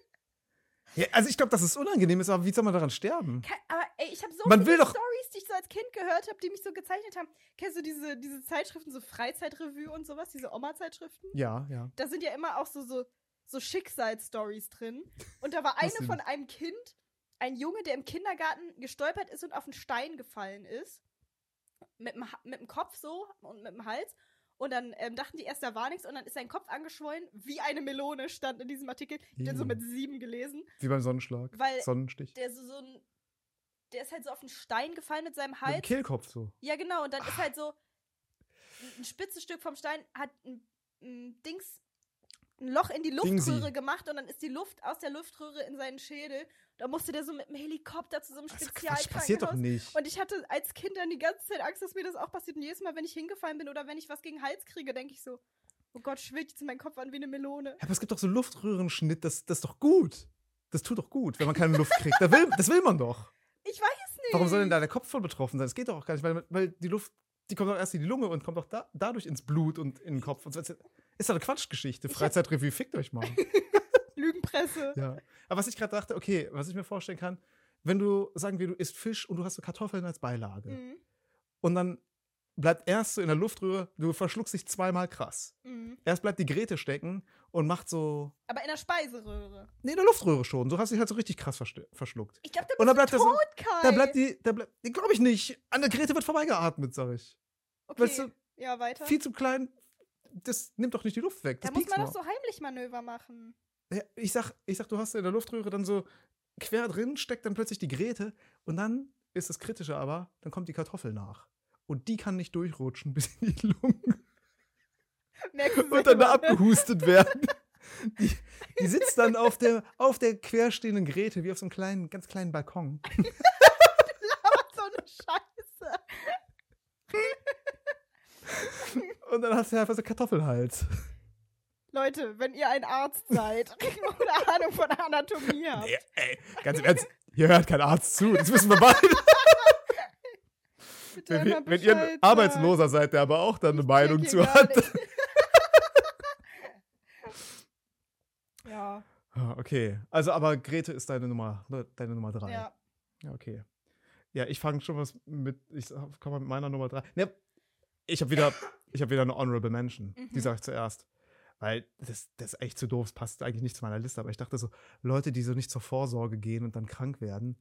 Ja, also ich glaube, dass es unangenehm ist, aber wie soll man daran sterben? Kein, aber ey, ich habe so Man viele will doch- Storys, die ich so als Kind gehört habe, die mich so gezeichnet haben. Kennst du diese, diese Zeitschriften, so Freizeitrevue und sowas, diese Oma-Zeitschriften? Ja, ja. Da sind ja immer auch so, so, so Schicksalsstories drin. Und da war eine sind- von einem Kind, ein Junge, der im Kindergarten gestolpert ist und auf einen Stein gefallen ist. Mit dem, Ha- mit dem Kopf so und mit dem Hals. Und dann ähm, dachten die erst, da war nichts. Und dann ist sein Kopf angeschwollen, wie eine Melone, stand in diesem Artikel. Ich hab den so Ih. mit sieben gelesen. Wie beim Sonnenschlag. Weil Sonnenstich. der so, so ein. Der ist halt so auf einen Stein gefallen mit seinem Mit dem Hals. Kehlkopf so. Ja, genau. Und dann ist halt so. Ein spitzes Stück vom Stein hat ein, ein Dings. Ein Loch in die Dingsi. Luftröhre gemacht und dann ist die Luft aus der Luftröhre in seinen Schädel. Da musste der so mit dem Helikopter zu so einem Also, Quatsch, Spezialkrankenhaus. passiert doch nicht. Und ich hatte als Kind dann die ganze Zeit Angst, dass mir das auch passiert. Und jedes Mal, wenn ich hingefallen bin oder wenn ich was gegen den Hals kriege, denke ich so, oh Gott, schwillt jetzt mein Kopf an wie eine Melone. Ja, aber es gibt doch so Luftröhrenschnitt, das, das ist doch gut. Das tut doch gut, wenn man keine Luft kriegt. Das will, das will man doch. Ich weiß nicht. Warum soll denn da der Kopf voll betroffen sein? Das geht doch auch gar nicht, weil, weil die Luft, die kommt doch erst in die Lunge und kommt auch da, dadurch ins Blut und in den Kopf. Und so. Ist doch eine Quatschgeschichte. Freizeitrevue, fickt euch mal. Lügenpresse. Ja. Aber was ich gerade dachte, okay, was ich mir vorstellen kann, wenn du, sagen wir, du isst Fisch und du hast so Kartoffeln als Beilage. Mhm. Und dann bleibt erst so in der Luftröhre, du verschluckst dich zweimal krass. Mhm. Erst bleibt die Grete stecken und macht so. Aber in der Speiseröhre. Nee, in der Luftröhre schon. Du hast dich halt so richtig krass verste- verschluckt. Ich glaube, da Und dann bist bleibt du das- tot, Kai. Da bleibt die, da bleibt, die glaube ich nicht. An der Grete wird vorbeigeatmet, sag ich. Okay, Weißt du, ja, weiter. viel zu klein, das nimmt doch nicht die Luft weg. Da Das muss piekst man doch nur. so Heimlich-Manöver machen. Ja, ich, sag, ich sag, du hast in der Luftröhre dann so quer drin, steckt dann plötzlich die Grete und dann ist das Kritische aber, dann kommt die Kartoffel nach. Und die kann nicht durchrutschen bis in die Lungen Merkst du und dann da selber, ne? abgehustet werden. Die, die sitzt dann auf der, auf der querstehenden Grete, wie auf so einem kleinen, ganz kleinen Balkon. Aber so eine Scheiße. Und dann hast du einfach so Kartoffelhals. Leute, wenn ihr ein Arzt seid oder Ahnung von Anatomie habt. Nee, ey, ganz im Ernst, hier hört kein Arzt zu, das wissen wir beide. Bitte Wenn, immer wir- wenn ihr ein Bescheid Arbeitsloser seid, der aber auch dann eine Ich Meinung check zu hier gar hat. nicht. Ja, Ah, okay, also aber Grete ist deine Nummer, deine Nummer drei. ja. Ja, okay. Ja, ich fange schon was mit, ich komme mal mit meiner Nummer drei. Ne, ich habe wieder, ich habe wieder eine Honorable Mention. Die Mhm. sage ich zuerst. Weil das, das ist echt zu doof, das passt eigentlich nicht zu meiner Liste. Aber ich dachte so, Leute, die so nicht zur Vorsorge gehen und dann krank werden.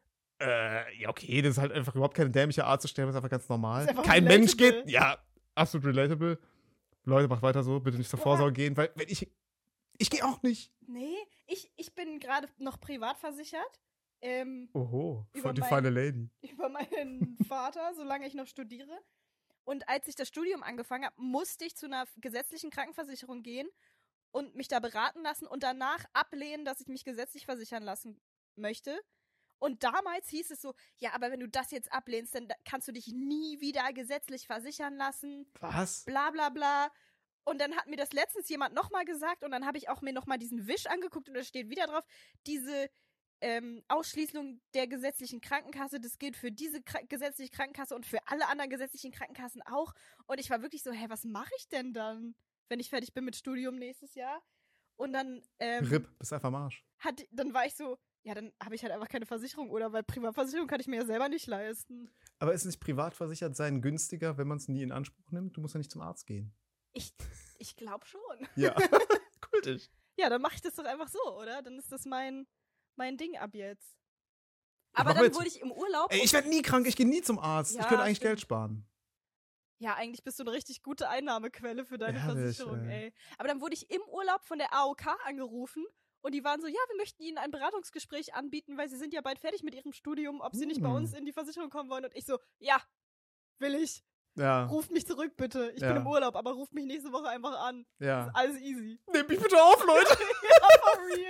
Äh, ja, okay, das ist halt einfach überhaupt keine dämliche Art zu sterben, das ist einfach ganz normal. Ist einfach Kein Mensch relatable. geht, ja, absolut relatable. Leute, macht weiter so, bitte nicht zur Oha. Vorsorge gehen, weil wenn ich, ich gehe auch nicht. Nee, ich, ich bin gerade noch privat versichert. Ähm, Oho, Über die mein- feine Lady. über meinen Vater, solange ich noch studiere. Und als ich das Studium angefangen habe, musste ich zu einer gesetzlichen Krankenversicherung gehen und mich da beraten lassen und danach ablehnen, dass ich mich gesetzlich versichern lassen möchte. Und damals hieß es so, ja, aber wenn du das jetzt ablehnst, dann da- kannst du dich nie wieder gesetzlich versichern lassen, Was? bla bla bla. Und dann hat mir das letztens jemand nochmal gesagt und dann habe ich auch mir nochmal diesen Wisch angeguckt und da steht wieder drauf, diese ähm, Ausschließung der gesetzlichen Krankenkasse, das gilt für diese Kra- gesetzliche Krankenkasse und für alle anderen gesetzlichen Krankenkassen auch. Und ich war wirklich so, hä, was mache ich denn dann, wenn ich fertig bin mit Studium nächstes Jahr? Und dann, ähm, R I P, bist einfach am Arsch. hat, dann war ich so, ja, dann habe ich halt einfach keine Versicherung, oder? Weil Privatversicherung kann ich mir ja selber nicht leisten. Aber ist nicht privat versichert sein günstiger, wenn man es nie in Anspruch nimmt? Du musst ja nicht zum Arzt gehen. Ich, ich glaube schon. Ja, kultig. Ja, dann mache ich das doch einfach so, oder? Dann ist das mein, mein Ding ab jetzt. Ich Aber mach dann mit. wurde ich im Urlaub. Ey, ich werde nie krank, ich gehe nie zum Arzt. Ja, ich könnte eigentlich stimmt. Geld sparen. Ja, eigentlich bist du eine richtig gute Einnahmequelle für deine Herrlich, Versicherung, ey. ey. Aber dann wurde ich im Urlaub von der A O K angerufen und die waren so, ja, wir möchten Ihnen ein Beratungsgespräch anbieten, weil Sie sind ja bald fertig mit Ihrem Studium, ob Sie nicht bei Hm. uns in die Versicherung kommen wollen. Und ich so, ja, will ich. Ja, Ruft mich zurück, bitte. Ich Ja. bin im Urlaub, aber ruft mich nächste Woche einfach an. ja. Ist alles easy. Nehmt mich bitte auf, Leute. Ja, for real.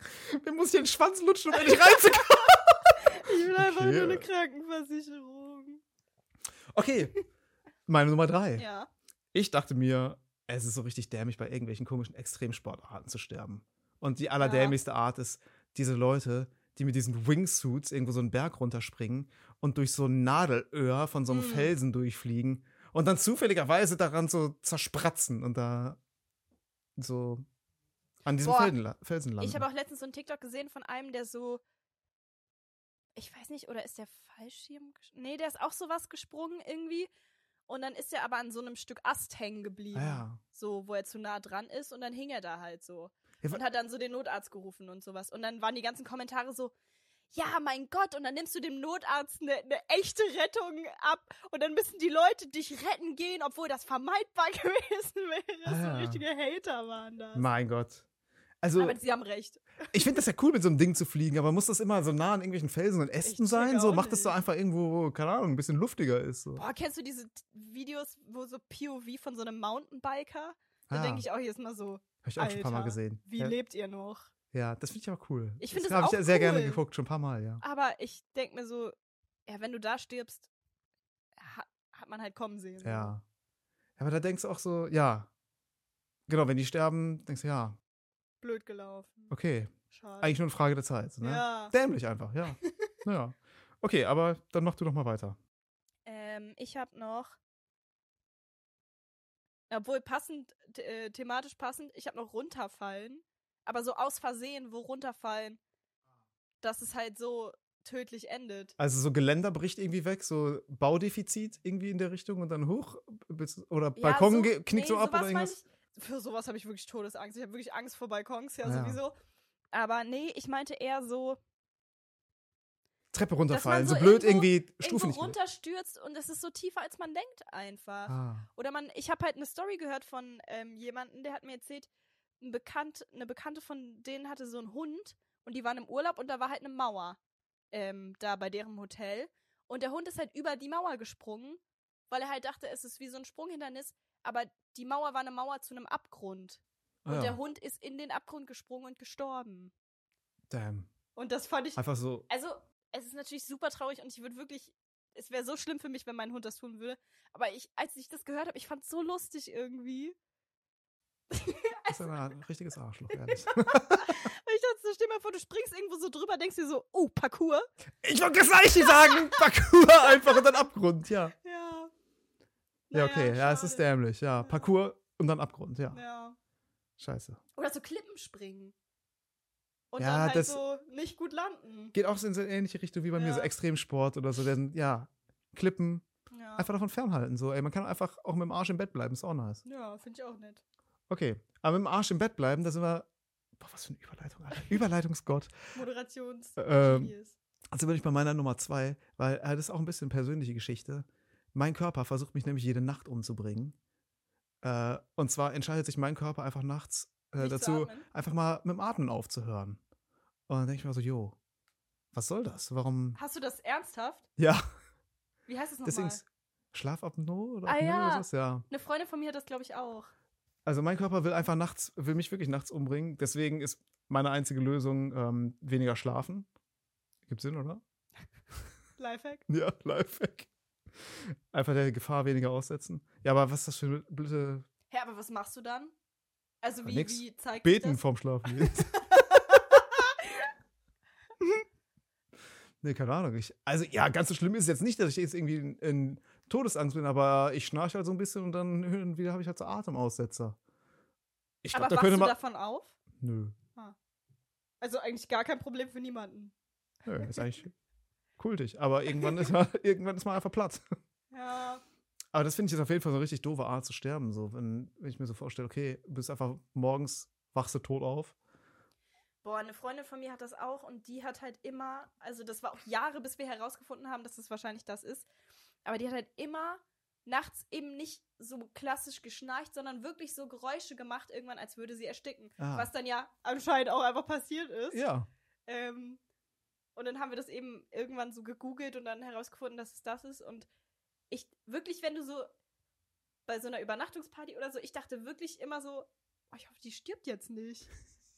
Mir muss hier den Schwanz lutschen, um endlich reinzukommen. Ich will einfach Okay. nur eine Krankenversicherung. Okay, meine Nummer drei. Ja. Ich dachte mir, es ist so richtig dämlich, bei irgendwelchen komischen Extremsportarten zu sterben. Und die allerdämlichste Art ist, diese Leute, die mit diesen Wingsuits irgendwo so einen Berg runterspringen und durch so ein Nadelöhr von so einem Mm. Felsen durchfliegen und dann zufälligerweise daran so zerspratzen und da so an diesem Boah, Felsen, la- Felsen landen. Ich habe auch letztens so einen TikTok gesehen von einem, der so, ich weiß nicht, oder ist der Fallschirm? ges- Nee, der ist auch sowas gesprungen irgendwie. Und dann ist er aber an so einem Stück Ast hängen geblieben. Ah, ja. So, wo er zu nah dran ist. Und dann hing er da halt so. Ja, wa- Und hat dann so den Notarzt gerufen und sowas. Und dann waren die ganzen Kommentare so, ja, mein Gott, und dann nimmst du dem Notarzt eine ne echte Rettung ab und dann müssen die Leute dich retten gehen, obwohl das vermeidbar gewesen wäre. Ah, So ja. richtige Hater waren das. Mein Gott. Also, Aber sie haben recht. ich finde das ja cool, mit so einem Ding zu fliegen, aber muss das immer so nah an irgendwelchen Felsen und Ästen check sein? So, auch macht das so nicht. einfach irgendwo, wo, keine Ahnung, ein bisschen luftiger ist. So. Boah, kennst du diese T- Videos, wo so P O V von so einem Mountainbiker? Da Ah, denke ich auch jedes Mal so, Habe ich auch schon ein paar Mal Alter, gesehen. wie ja, lebt ihr noch? ja, das finde ich aber cool. Ich find das habe auch ich sehr gerne cool. geguckt, schon ein paar Mal, ja. Aber ich denke mir so, ja, wenn du da stirbst, hat, hat man halt kommen sehen. so. Ja. Aber da denkst du auch so, ja. Genau, wenn die sterben, denkst du, ja, Blöd gelaufen. okay. Schade. Eigentlich nur eine Frage der Zeit. Ne? Ja. Dämlich einfach, ja. ja. Okay, aber dann mach du doch mal weiter. Ähm, ich habe noch, obwohl passend, th- äh, thematisch passend, ich habe noch runterfallen, aber so aus Versehen, wo runterfallen, dass es halt so tödlich endet. Also so Geländer bricht irgendwie weg, so Baudefizit irgendwie in der Richtung und dann hoch bis- oder Balkon so, ge- knickt so ab sowas oder meine irgendwas. Ich, für sowas habe ich wirklich Todesangst. Ich habe wirklich Angst vor Balkons, ja, Ah, ja. sowieso. Aber nee, ich meinte eher so, Treppe runterfallen, so so blöd irgendwo- irgendwie Stufe irgendwo nicht mehr. runterstürzt und es ist so tiefer, als man denkt einfach. Ah. Oder man, ich habe halt eine Story gehört von ähm, jemandem, der hat mir erzählt, ein Bekannt, eine Bekannte von denen hatte so einen Hund und die waren im Urlaub und da war halt eine Mauer ähm, da bei deren Hotel. Und der Hund ist halt über die Mauer gesprungen, weil er halt dachte, es ist wie so ein Sprunghindernis, aber die Mauer war eine Mauer zu einem Abgrund. Ah, Und ja. der Hund ist in den Abgrund gesprungen und gestorben. Damn. Und das fand ich, Einfach so. also es ist natürlich super traurig und ich würde wirklich, es wäre so schlimm für mich, wenn mein Hund das tun würde. Aber ich, als ich das gehört habe, ich fand es so lustig irgendwie. Das ist ein richtiges Arschloch, ehrlich. Ich dachte so, stell mal vor, du springst irgendwo so drüber, denkst dir so, oh, Parkour. Ich wollte gleich sagen, Parkour einfach und dann Abgrund, ja. Ja. Ja, okay, ja, es ist der. dämlich, ja. Parkour und dann Abgrund, ja. Ja. Scheiße. Oder so Klippen springen. Und Ja, dann halt das- so nicht gut landen. Geht auch so in so eine ähnliche Richtung wie bei mir, Ja. so Extremsport oder so. Denn, ja, Klippen, Ja, einfach davon fernhalten. So, ey, man kann einfach auch mit dem Arsch im Bett bleiben, ist auch nice. ja finde ich auch nett. Okay, aber mit dem Arsch im Bett bleiben, da sind wir. Boah, was für eine Überleitung, Alter. Überleitungsgott. Moderations. Ähm, Genies. Also bin ich bei meiner Nummer zwei, weil äh, das ist auch ein bisschen persönliche Geschichte. Mein Körper versucht mich nämlich jede Nacht umzubringen. Äh, und zwar entscheidet sich mein Körper einfach nachts äh, Nicht zu dazu, atmen? einfach mal mit dem Atmen aufzuhören. Und dann denke ich mir so, jo, was soll das? Warum? Hast du das ernsthaft? Ja, Wie heißt es deswegen nochmal? Schlafapnoe oder Ah, Apnoe ja. oder so? Ja. Eine Freundin von mir hat das, glaube ich, auch. Also mein Körper will einfach nachts, will mich wirklich nachts umbringen. Deswegen ist meine einzige Lösung ähm, weniger schlafen. Gibt Sinn, oder? Lifehack. Ja, Lifehack. Einfach der Gefahr weniger aussetzen. Ja, aber was ist das für eine blöde Hä, aber was machst du dann? Also wie, nix. wie zeigt sich Beten das? vorm Schlafen gehen? Nee, keine Ahnung. Ich, also ja, ganz so schlimm ist es jetzt nicht, dass ich jetzt irgendwie in, in Todesangst bin, aber ich schnarche halt so ein bisschen und dann hin und wieder habe ich halt so Atemaussetzer. Ich Aber glaube, da wachst könnte du man. davon auf? Nö, Also eigentlich gar kein Problem für niemanden. nö, ist eigentlich kultig. Aber irgendwann ist man, irgendwann ist man einfach platt. Ja. Aber das finde ich jetzt auf jeden Fall so eine richtig doofe Art zu sterben. So, wenn, wenn ich mir so vorstelle, okay, du bist einfach morgens, wachst du tot auf. Boah, eine Freundin von mir hat das auch und die hat halt immer, also das war auch Jahre, bis wir herausgefunden haben, dass es wahrscheinlich das ist, aber die hat halt immer nachts eben nicht so klassisch geschnarcht, sondern wirklich so Geräusche gemacht, irgendwann, als würde sie ersticken. Ah. Was dann ja anscheinend auch einfach passiert ist. Ja. Ähm, und dann haben wir das eben irgendwann so gegoogelt und dann herausgefunden, dass es das ist. Und ich, wirklich, wenn du so bei so einer Übernachtungsparty oder so, ich dachte wirklich immer so, oh, ich hoffe, die stirbt jetzt nicht.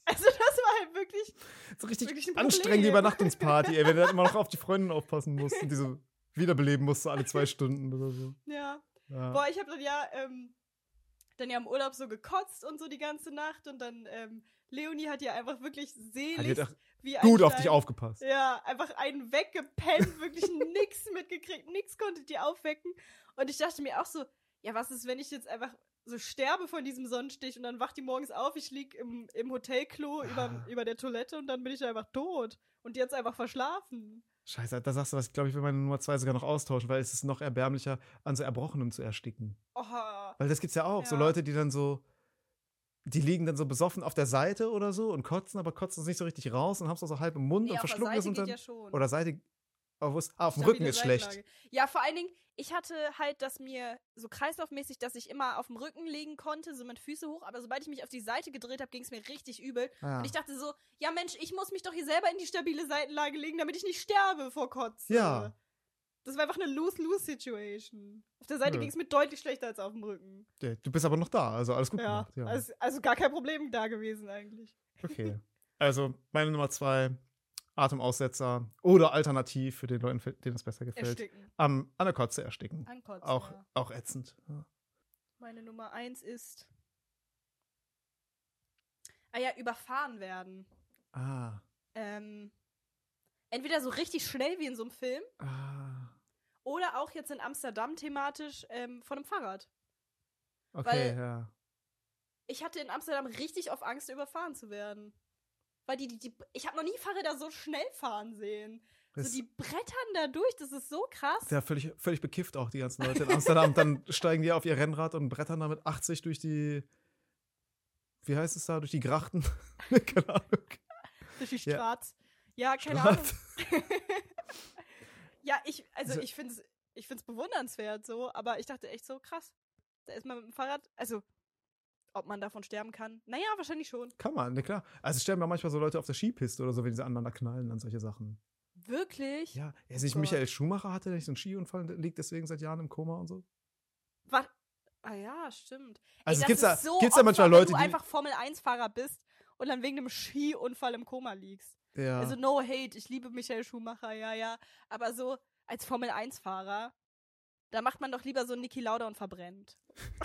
Also das war halt wirklich So richtig wirklich ein anstrengende Problem. Übernachtungsparty, ey, wenn du dann immer noch auf die Freundin aufpassen musst und die so wiederbeleben musst, so alle zwei Stunden oder so. Ja. Ja. Boah, ich habe dann ja, ähm, dann ja im Urlaub so gekotzt und so die ganze Nacht und dann, ähm, Leonie hat ja einfach wirklich Hat selig die hat wie ein gut auf Stein. dich aufgepasst. Ja, einfach einen weggepennt, wirklich nix mitgekriegt, nix konnte die aufwecken. Und ich dachte mir auch so, ja, was ist, wenn ich jetzt einfach so sterbe von diesem Sonnenstich und dann wacht die morgens auf, ich lieg im, im Hotelklo Ah. über, über der Toilette und dann bin ich einfach tot. Und die hat's einfach verschlafen. Scheiße, da sagst du was, ich glaube, ich will meine Nummer zwei sogar noch austauschen, weil es ist noch erbärmlicher, an so Erbrochenem zu ersticken. Oha. Weil das gibt's ja auch, so Ja. Leute, die dann so, die liegen dann so besoffen auf der Seite oder so und kotzen, aber kotzen es nicht so richtig raus und haben es auch so halb im Mund Nee, und auf der verschlucken Seite es und geht dann, ja schon. oder Seite, aber wo ist, ah, auf dem Stabile Rücken ist schlecht. Seitenlage. Ja, vor allen Dingen, ich hatte halt, dass mir so kreislaufmäßig, dass ich immer auf dem Rücken liegen konnte, so mit Füße hoch, aber sobald ich mich auf die Seite gedreht habe, ging es mir richtig übel. Ah. Und ich dachte so, ja Mensch, ich muss mich doch hier selber in die stabile Seitenlage legen, damit ich nicht sterbe vor Kotze. Ja. Das war einfach eine Lose-Lose-Situation. Auf der Seite Ja. ging es mir deutlich schlechter als auf dem Rücken. Ja, du bist aber noch da, also alles gut Ja, gemacht. Ja. Also, also gar kein Problem da gewesen eigentlich. Okay. Also, meine Nummer zwei, Atemaussetzer oder alternativ für den Leuten, für denen es besser gefällt. Ersticken. Am, an der Kotze ersticken. Ankotzen, Auch, ja. auch ätzend. Ja. Meine Nummer eins ist ah ja, überfahren werden. Ah. Ähm, entweder so richtig schnell wie in so einem Film Ah. oder auch jetzt in Amsterdam thematisch ähm, von einem Fahrrad. Okay, Weil- ja. Ich hatte in Amsterdam richtig oft Angst, überfahren zu werden. Weil die, die, die ich habe noch nie Fahrräder so schnell fahren sehen. Das So, die brettern da durch, das ist so krass. ist ja völlig, völlig bekifft auch, die ganzen Leute in Amsterdam. Dann steigen die auf ihr Rennrad und brettern da mit achtzig durch die, wie heißt es da, durch die Grachten? Keine Ahnung. Durch die Ja. Straße. Ja, keine Straße. Ahnung. Ja, ich, also So- ich finde es ich find's bewundernswert so, aber ich dachte echt so, krass. Da ist man mit dem Fahrrad, also, ob man davon sterben kann? Naja, wahrscheinlich schon. Kann man, ne, klar. Also es sterben ja manchmal so Leute auf der Skipiste oder so, wenn sie aneinander knallen an solche Sachen. Wirklich? Ja, also ich, Gott. Michael Schumacher hatte nicht so einen Skiunfall und liegt deswegen seit Jahren im Koma und so. Was? Ah ja, stimmt. Also Ey, das gibt's da- ist so gibt's da manchmal Opfer, Leute, wenn die- du einfach Formel eins Fahrer bist und dann wegen einem Skiunfall im Koma liegst. Ja. Also no hate, ich liebe Michael Schumacher, ja, ja. Aber so als Formel eins Fahrer, da macht man doch lieber so Niki Lauda und verbrennt.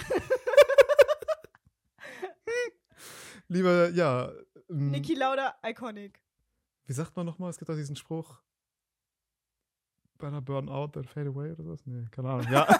Lieber, ja. ähm, Niki Lauda, iconic. Wie sagt man nochmal? Es gibt doch diesen Spruch. Better burn out than fade away oder was? Nee, keine Ahnung. Ja.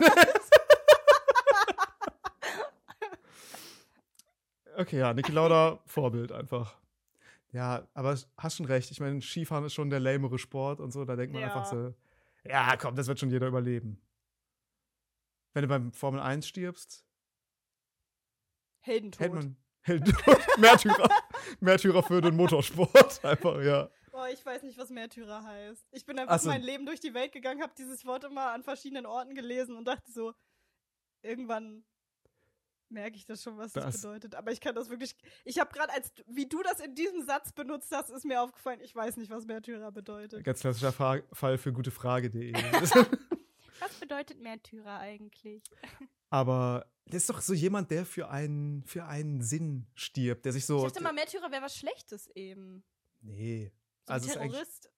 Okay, ja, Niki Lauda, Vorbild einfach. Ja, aber hast schon recht. Ich meine, Skifahren ist schon der lamere Sport und so. Da denkt man Ja. einfach so, ja, komm, das wird schon jeder überleben. Wenn du beim Formel eins stirbst, Heldentod. hält man Heldentod. Märtyrer. Märtyrer für den Motorsport. Einfach, ja. Oh, ich weiß nicht, was Märtyrer heißt. Ich bin einfach Ach so. mein Leben durch die Welt gegangen, habe dieses Wort immer an verschiedenen Orten gelesen und dachte so, irgendwann merke ich das schon, was das, Das- bedeutet. Aber ich kann das wirklich. Ich habe gerade, als wie du das in diesem Satz benutzt hast, ist mir aufgefallen, ich weiß nicht, was Märtyrer bedeutet. Ganz klassischer Fa- Fall für gutefrage.de. Was bedeutet Märtyrer eigentlich? Aber das ist doch so jemand, der für einen, für einen Sinn stirbt, der sich so. Ich dachte mal, Märtyrer wäre was Schlechtes eben. Nee. So Also ein ist eigentlich, Terrorist.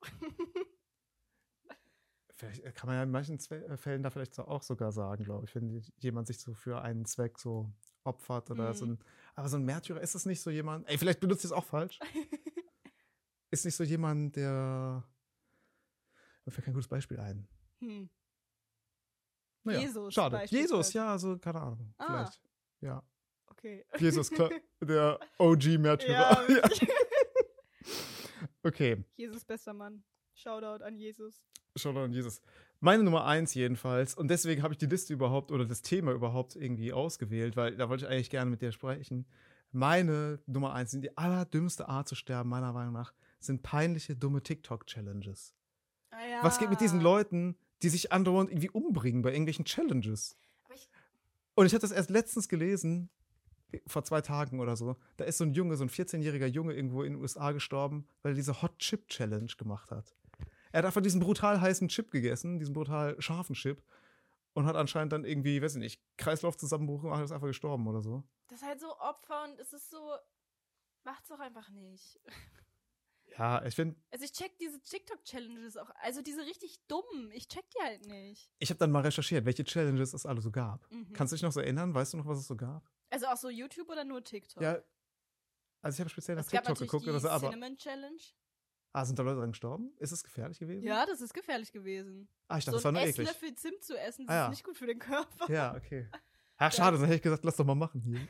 vielleicht kann man ja in manchen Zwe äh, Fällen da vielleicht so auch sogar sagen, glaube ich, wenn jemand sich so für einen Zweck so opfert oder Mhm. so ein. Aber so ein Märtyrer, ist das nicht so jemand. Ey, vielleicht benutzt ihr es auch falsch. Ist nicht so jemand, der. Mir fällt kein gutes Beispiel ein. Hm. Naja, Jesus schade. beispielsweise. Jesus, ja, also keine Ahnung. Ah. Vielleicht. Ja. Okay. Jesus, klar. Der O G-Märtyrer. Ja, wirklich. Okay. Jesus, bester Mann. Shoutout an Jesus. Shoutout an Jesus. Meine Nummer eins jedenfalls. Und deswegen habe ich die Liste überhaupt oder das Thema überhaupt irgendwie ausgewählt, weil da wollte ich eigentlich gerne mit dir sprechen. Meine Nummer eins sind die allerdümmste Art zu sterben, meiner Meinung nach, sind peinliche, dumme TikTok-Challenges. Ah, ja. Was geht mit diesen Leuten, die sich andauernd irgendwie umbringen bei irgendwelchen Challenges? Aber ich, Und ich habe das erst letztens gelesen, vor zwei Tagen oder so. Da ist so ein Junge, so ein vierzehnjähriger Junge irgendwo in den U S A gestorben, weil er diese Hot Chip Challenge gemacht hat. Er hat einfach diesen brutal heißen Chip gegessen, diesen brutal scharfen Chip, und hat anscheinend dann irgendwie, weiß ich nicht, Kreislaufzusammenbruch gemacht und ist einfach gestorben oder so. das ist halt so Opfer und es ist so. Macht's doch einfach nicht. Ja, ich finde, Also ich check diese TikTok-Challenges auch, also diese richtig dummen, ich check die halt nicht. ich habe dann mal recherchiert, welche Challenges es alle so gab. Mhm. Kannst du dich noch so erinnern? Weißt du noch, was es so gab? Also auch so YouTube oder nur TikTok? Ja, also ich habe speziell nach Es gab TikTok natürlich geguckt die oder so, aber. Cinnamon Challenge. Ah, sind da Leute dran gestorben? Ist es gefährlich gewesen? Ja, das ist gefährlich gewesen. Ah, ich dachte, So das war ein nur eklig. Esslöffel Zimt zu essen, das Ah, ja. ist nicht gut für den Körper. Ja, okay. Ja, schade, dann hätte ich gesagt, lass doch mal machen hier.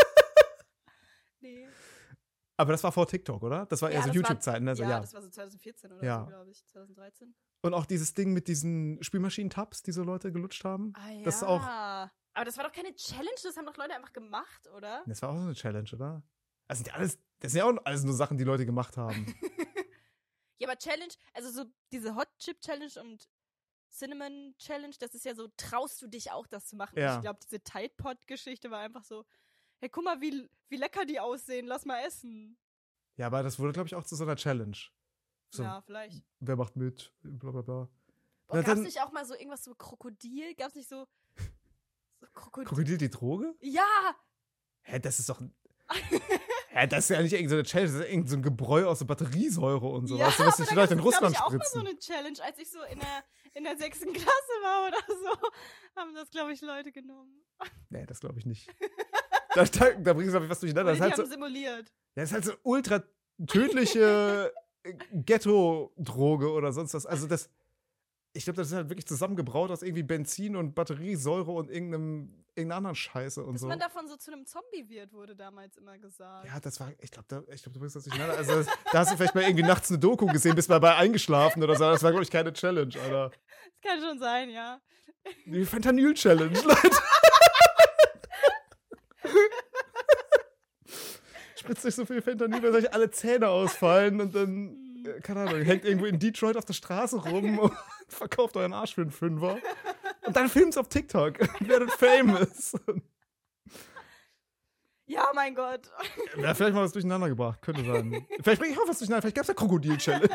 Nee. Aber das war vor TikTok, oder? Das war Ja, eher so das war- YouTube-Zeiten, also ja, ja. das war so zwanzig vierzehn oder Ja. so, glaube ich. zwanzig dreizehn. Und auch dieses Ding mit diesen Spülmaschinen-Tabs, die so Leute gelutscht haben. Ah ja. Das ist auch- Aber das war doch keine Challenge, das haben doch Leute einfach gemacht, oder? Das war auch so eine Challenge, oder? Das sind ja alles, das sind ja auch alles nur Sachen, die Leute gemacht haben. Ja, aber Challenge, also so diese Hot Chip Challenge und Cinnamon Challenge, das ist ja so, traust du dich auch, das zu machen? Ja. Ich glaube, diese Tide Pod Geschichte war einfach so, hey, guck mal, wie, wie lecker die aussehen, lass mal essen. Ja, aber das wurde, glaube ich, auch zu so einer Challenge. So, Ja, vielleicht. wer macht mit, bla bla bla. Boah, Na, gab's dann- nicht auch mal so irgendwas so Krokodil? Gab's nicht so, so Krokodil? Krokodil die Droge? Ja! Hä, das ist doch. Hä, das ist ja nicht irgendeine Challenge, das ist irgend so ein Gebräu aus so Batteriesäure und sowas. Ja, So, was sich die aber Leute in da gab's, Russland glaub ich, auch mal spritzen. so eine Challenge, als ich so in der, in der sechsten Klasse war oder so, haben das, glaube ich, Leute genommen. Nee, das glaube ich nicht. da, da, da bringst du, glaube ich, was durcheinander. Oder Das die ist, halt haben so, simuliert. ja, das ist halt so ultra tödliche äh, Ghetto-Droge oder sonst was. Also das, ich glaube, das ist halt wirklich zusammengebraut aus irgendwie Benzin und Batteriesäure und irgendeinem, irgendeiner anderen Scheiße und Dass so. man davon so zu einem Zombie wird, wurde damals immer gesagt. Ja, das war, ich glaube, da, ich glaub, du bringst das durcheinander. Also das, da hast du vielleicht mal irgendwie nachts eine Doku gesehen, bist mal bei eingeschlafen oder so. Das war, glaube ich, keine Challenge, Alter. Das kann schon sein, ja. Die Fentanyl-Challenge, Leute. Spritzt euch so viel Fentanyl, dass euch alle Zähne ausfallen und dann, äh, keine Ahnung, hängt irgendwo in Detroit auf der Straße rum und verkauft euren Arsch für einen Fünfer. Und dann filmt's auf TikTok und werdet famous. Ja, mein Gott. Ja, vielleicht mal was durcheinander gebracht, könnte sein. Vielleicht bringe ich auch was durcheinander, vielleicht gab's ja Krokodil-Challenge.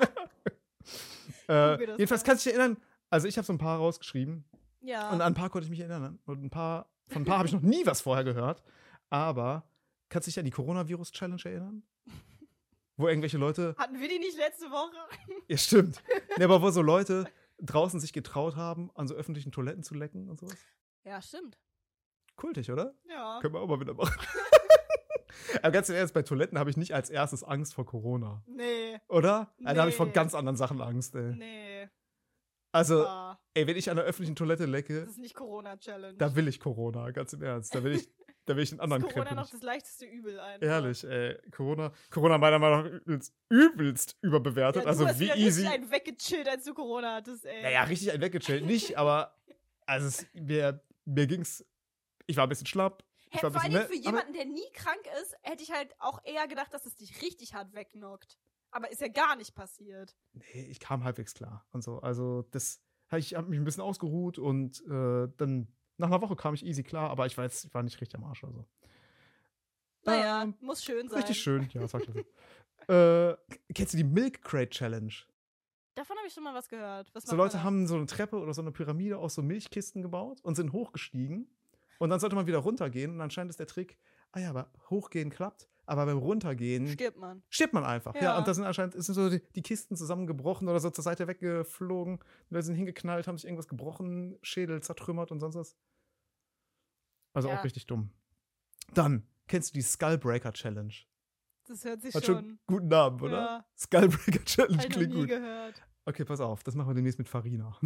äh, Google das jedenfalls mal. kannst du dich erinnern, also ich habe so ein paar rausgeschrieben. Ja. Und an ein paar konnte ich mich erinnern. Und ein paar, von ein paar habe ich noch nie was vorher gehört. Aber kannst du dich an die Coronavirus-Challenge erinnern? Wo irgendwelche Leute. Hatten wir die nicht letzte Woche? Ja, stimmt. Nee, aber wo so Leute draußen sich getraut haben, an so öffentlichen Toiletten zu lecken und sowas. Ja, stimmt. Kultig, oder? Ja. Können wir auch mal wieder machen. Aber ganz im Ernst, bei Toiletten habe ich nicht als erstes Angst vor Corona. Nee. Oder? Da habe ich vor Nee. ganz anderen Sachen Angst, ey. Nee. Also, Ah, ey, wenn ich an der öffentlichen Toilette lecke, das ist nicht Corona-Challenge. da will ich Corona, ganz im Ernst. Da will ich, da will ich einen anderen ist Corona Krempel. noch das leichteste Übel einfach. Ehrlich, ey. Corona, Corona meiner Meinung nach übelst, übelst überbewertet. Ja, also du hast wie wieder easy. richtig einen weggechillt, als du Corona hattest, ey. Naja, richtig einen weggechillt. Nicht, aber also es, mir, mir ging's. Ich war ein bisschen schlapp. Ich Hä, war ein vor allem bisschen, für ne, aber- jemanden, der nie krank ist, hätte ich halt auch eher gedacht, dass es dich richtig hart wegnockt. Aber ist ja gar nicht passiert. Nee, ich kam halbwegs klar und so. Also das, ich habe mich ein bisschen ausgeruht und äh, dann nach einer Woche kam ich easy klar, aber ich war jetzt, ich war nicht richtig am Arsch oder so. Naja, Ähm, muss schön sein. Richtig schön, ja, sag ich äh, Kennst du die Milk Crate Challenge? Davon habe ich schon mal was gehört. Was So macht man Leute da? haben so eine Treppe oder so eine Pyramide aus so Milchkisten gebaut und sind hochgestiegen. Und dann sollte man wieder runtergehen. Und anscheinend ist der Trick, ah ja, aber hochgehen klappt, aber beim Runtergehen Stirbt man. stirbt man einfach. Ja, Ja. und da sind anscheinend sind so die, die Kisten zusammengebrochen oder so zur Seite weggeflogen. Die Leute sind hingeknallt, haben sich irgendwas gebrochen, Schädel zertrümmert und sonst was. Also Ja. auch richtig dumm. Dann, kennst du die Skullbreaker Challenge? Das hört sich Hat schon. schon einen guten Namen, oder? Ja. Skullbreaker Challenge Hab ich noch klingt nie gut. gehört. Okay, pass auf, das machen wir demnächst mit Farina.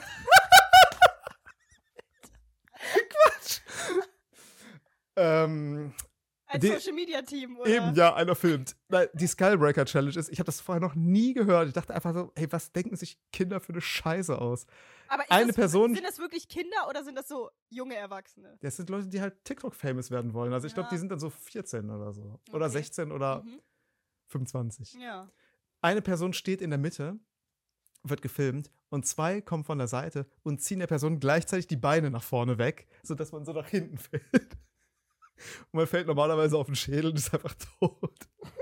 Quatsch. ähm, Ein Die- Social Media Team, oder? eben, ja, einer filmt. Nein, die Skullbreaker Challenge ist, ich habe das vorher noch nie gehört. Ich dachte einfach so, hey, was denken sich Kinder für eine Scheiße aus? Aber ist eine das, Person- Sind das wirklich Kinder oder sind das so junge Erwachsene? Das sind Leute, die halt TikTok-famous werden wollen. Also ich glaube, Ja. die sind dann so vierzehn oder so. Oder Okay. sechzehn oder Mhm. fünfundzwanzig. Ja. Eine Person steht in der Mitte, wird gefilmt und zwei kommen von der Seite und ziehen der Person gleichzeitig die Beine nach vorne weg, sodass man so nach hinten fällt. Und man fällt normalerweise auf den Schädel und ist einfach tot.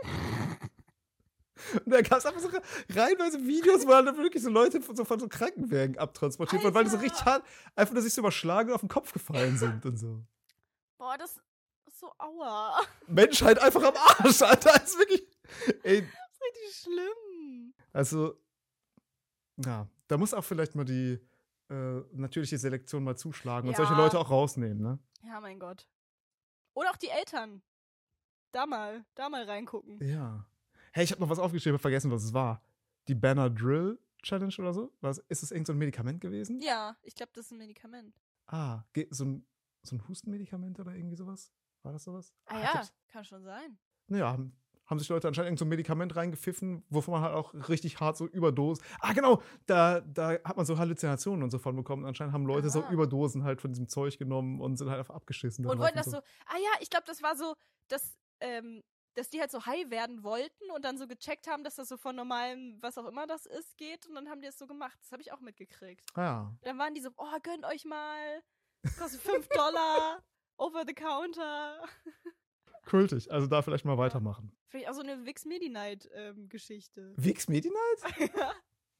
Und da gab es einfach so reihenweise Videos, wo dann wirklich so Leute von so, von so Krankenwägen abtransportiert wurden, weil die so Alter. richtig hart einfach nur sich so überschlagen und auf den Kopf gefallen sind und so. Boah, das ist so aua. Menschheit einfach am Arsch, Alter. Das ist wirklich. Ey, Das ist richtig schlimm. also, ja, da muss auch vielleicht mal die äh, natürliche Selektion mal zuschlagen und Ja. solche Leute auch rausnehmen, ne? Ja, mein Gott. Oder auch die Eltern. Da mal, da mal reingucken. Ja. Hey, ich habe noch was aufgeschrieben, hab vergessen, was es war. Die Benadryl Challenge oder so? Was, ist das irgend so ein Medikament gewesen? Ja, ich glaube, das ist ein Medikament. Ah, ge- so ein, so ein Hustenmedikament oder irgendwie sowas? War das sowas? Ah ich ja, glaub's- kann schon sein. Naja, haben, haben sich Leute anscheinend irgend so ein Medikament reingepfiffen, wovon man halt auch richtig hart so Überdosen. Ah, genau, da, da hat man so Halluzinationen und so von bekommen. Anscheinend haben Leute so Ah. Überdosen halt von diesem Zeug genommen und sind halt einfach abgeschissen. Und danach wollten das so. so, ah ja, ich glaube, das war so, dass, ähm, dass die halt so high werden wollten und dann so gecheckt haben, dass das so von normalem, was auch immer das ist, geht und dann haben die es so gemacht. Das habe ich auch mitgekriegt. Ah, ja. Dann waren die so, oh, gönnt euch mal, das kostet fünf Dollar, over the counter. Kultig. Also da vielleicht mal weitermachen. Vielleicht auch so eine Vix Medi-Night-Geschichte. Vix Medi-Night? Ja.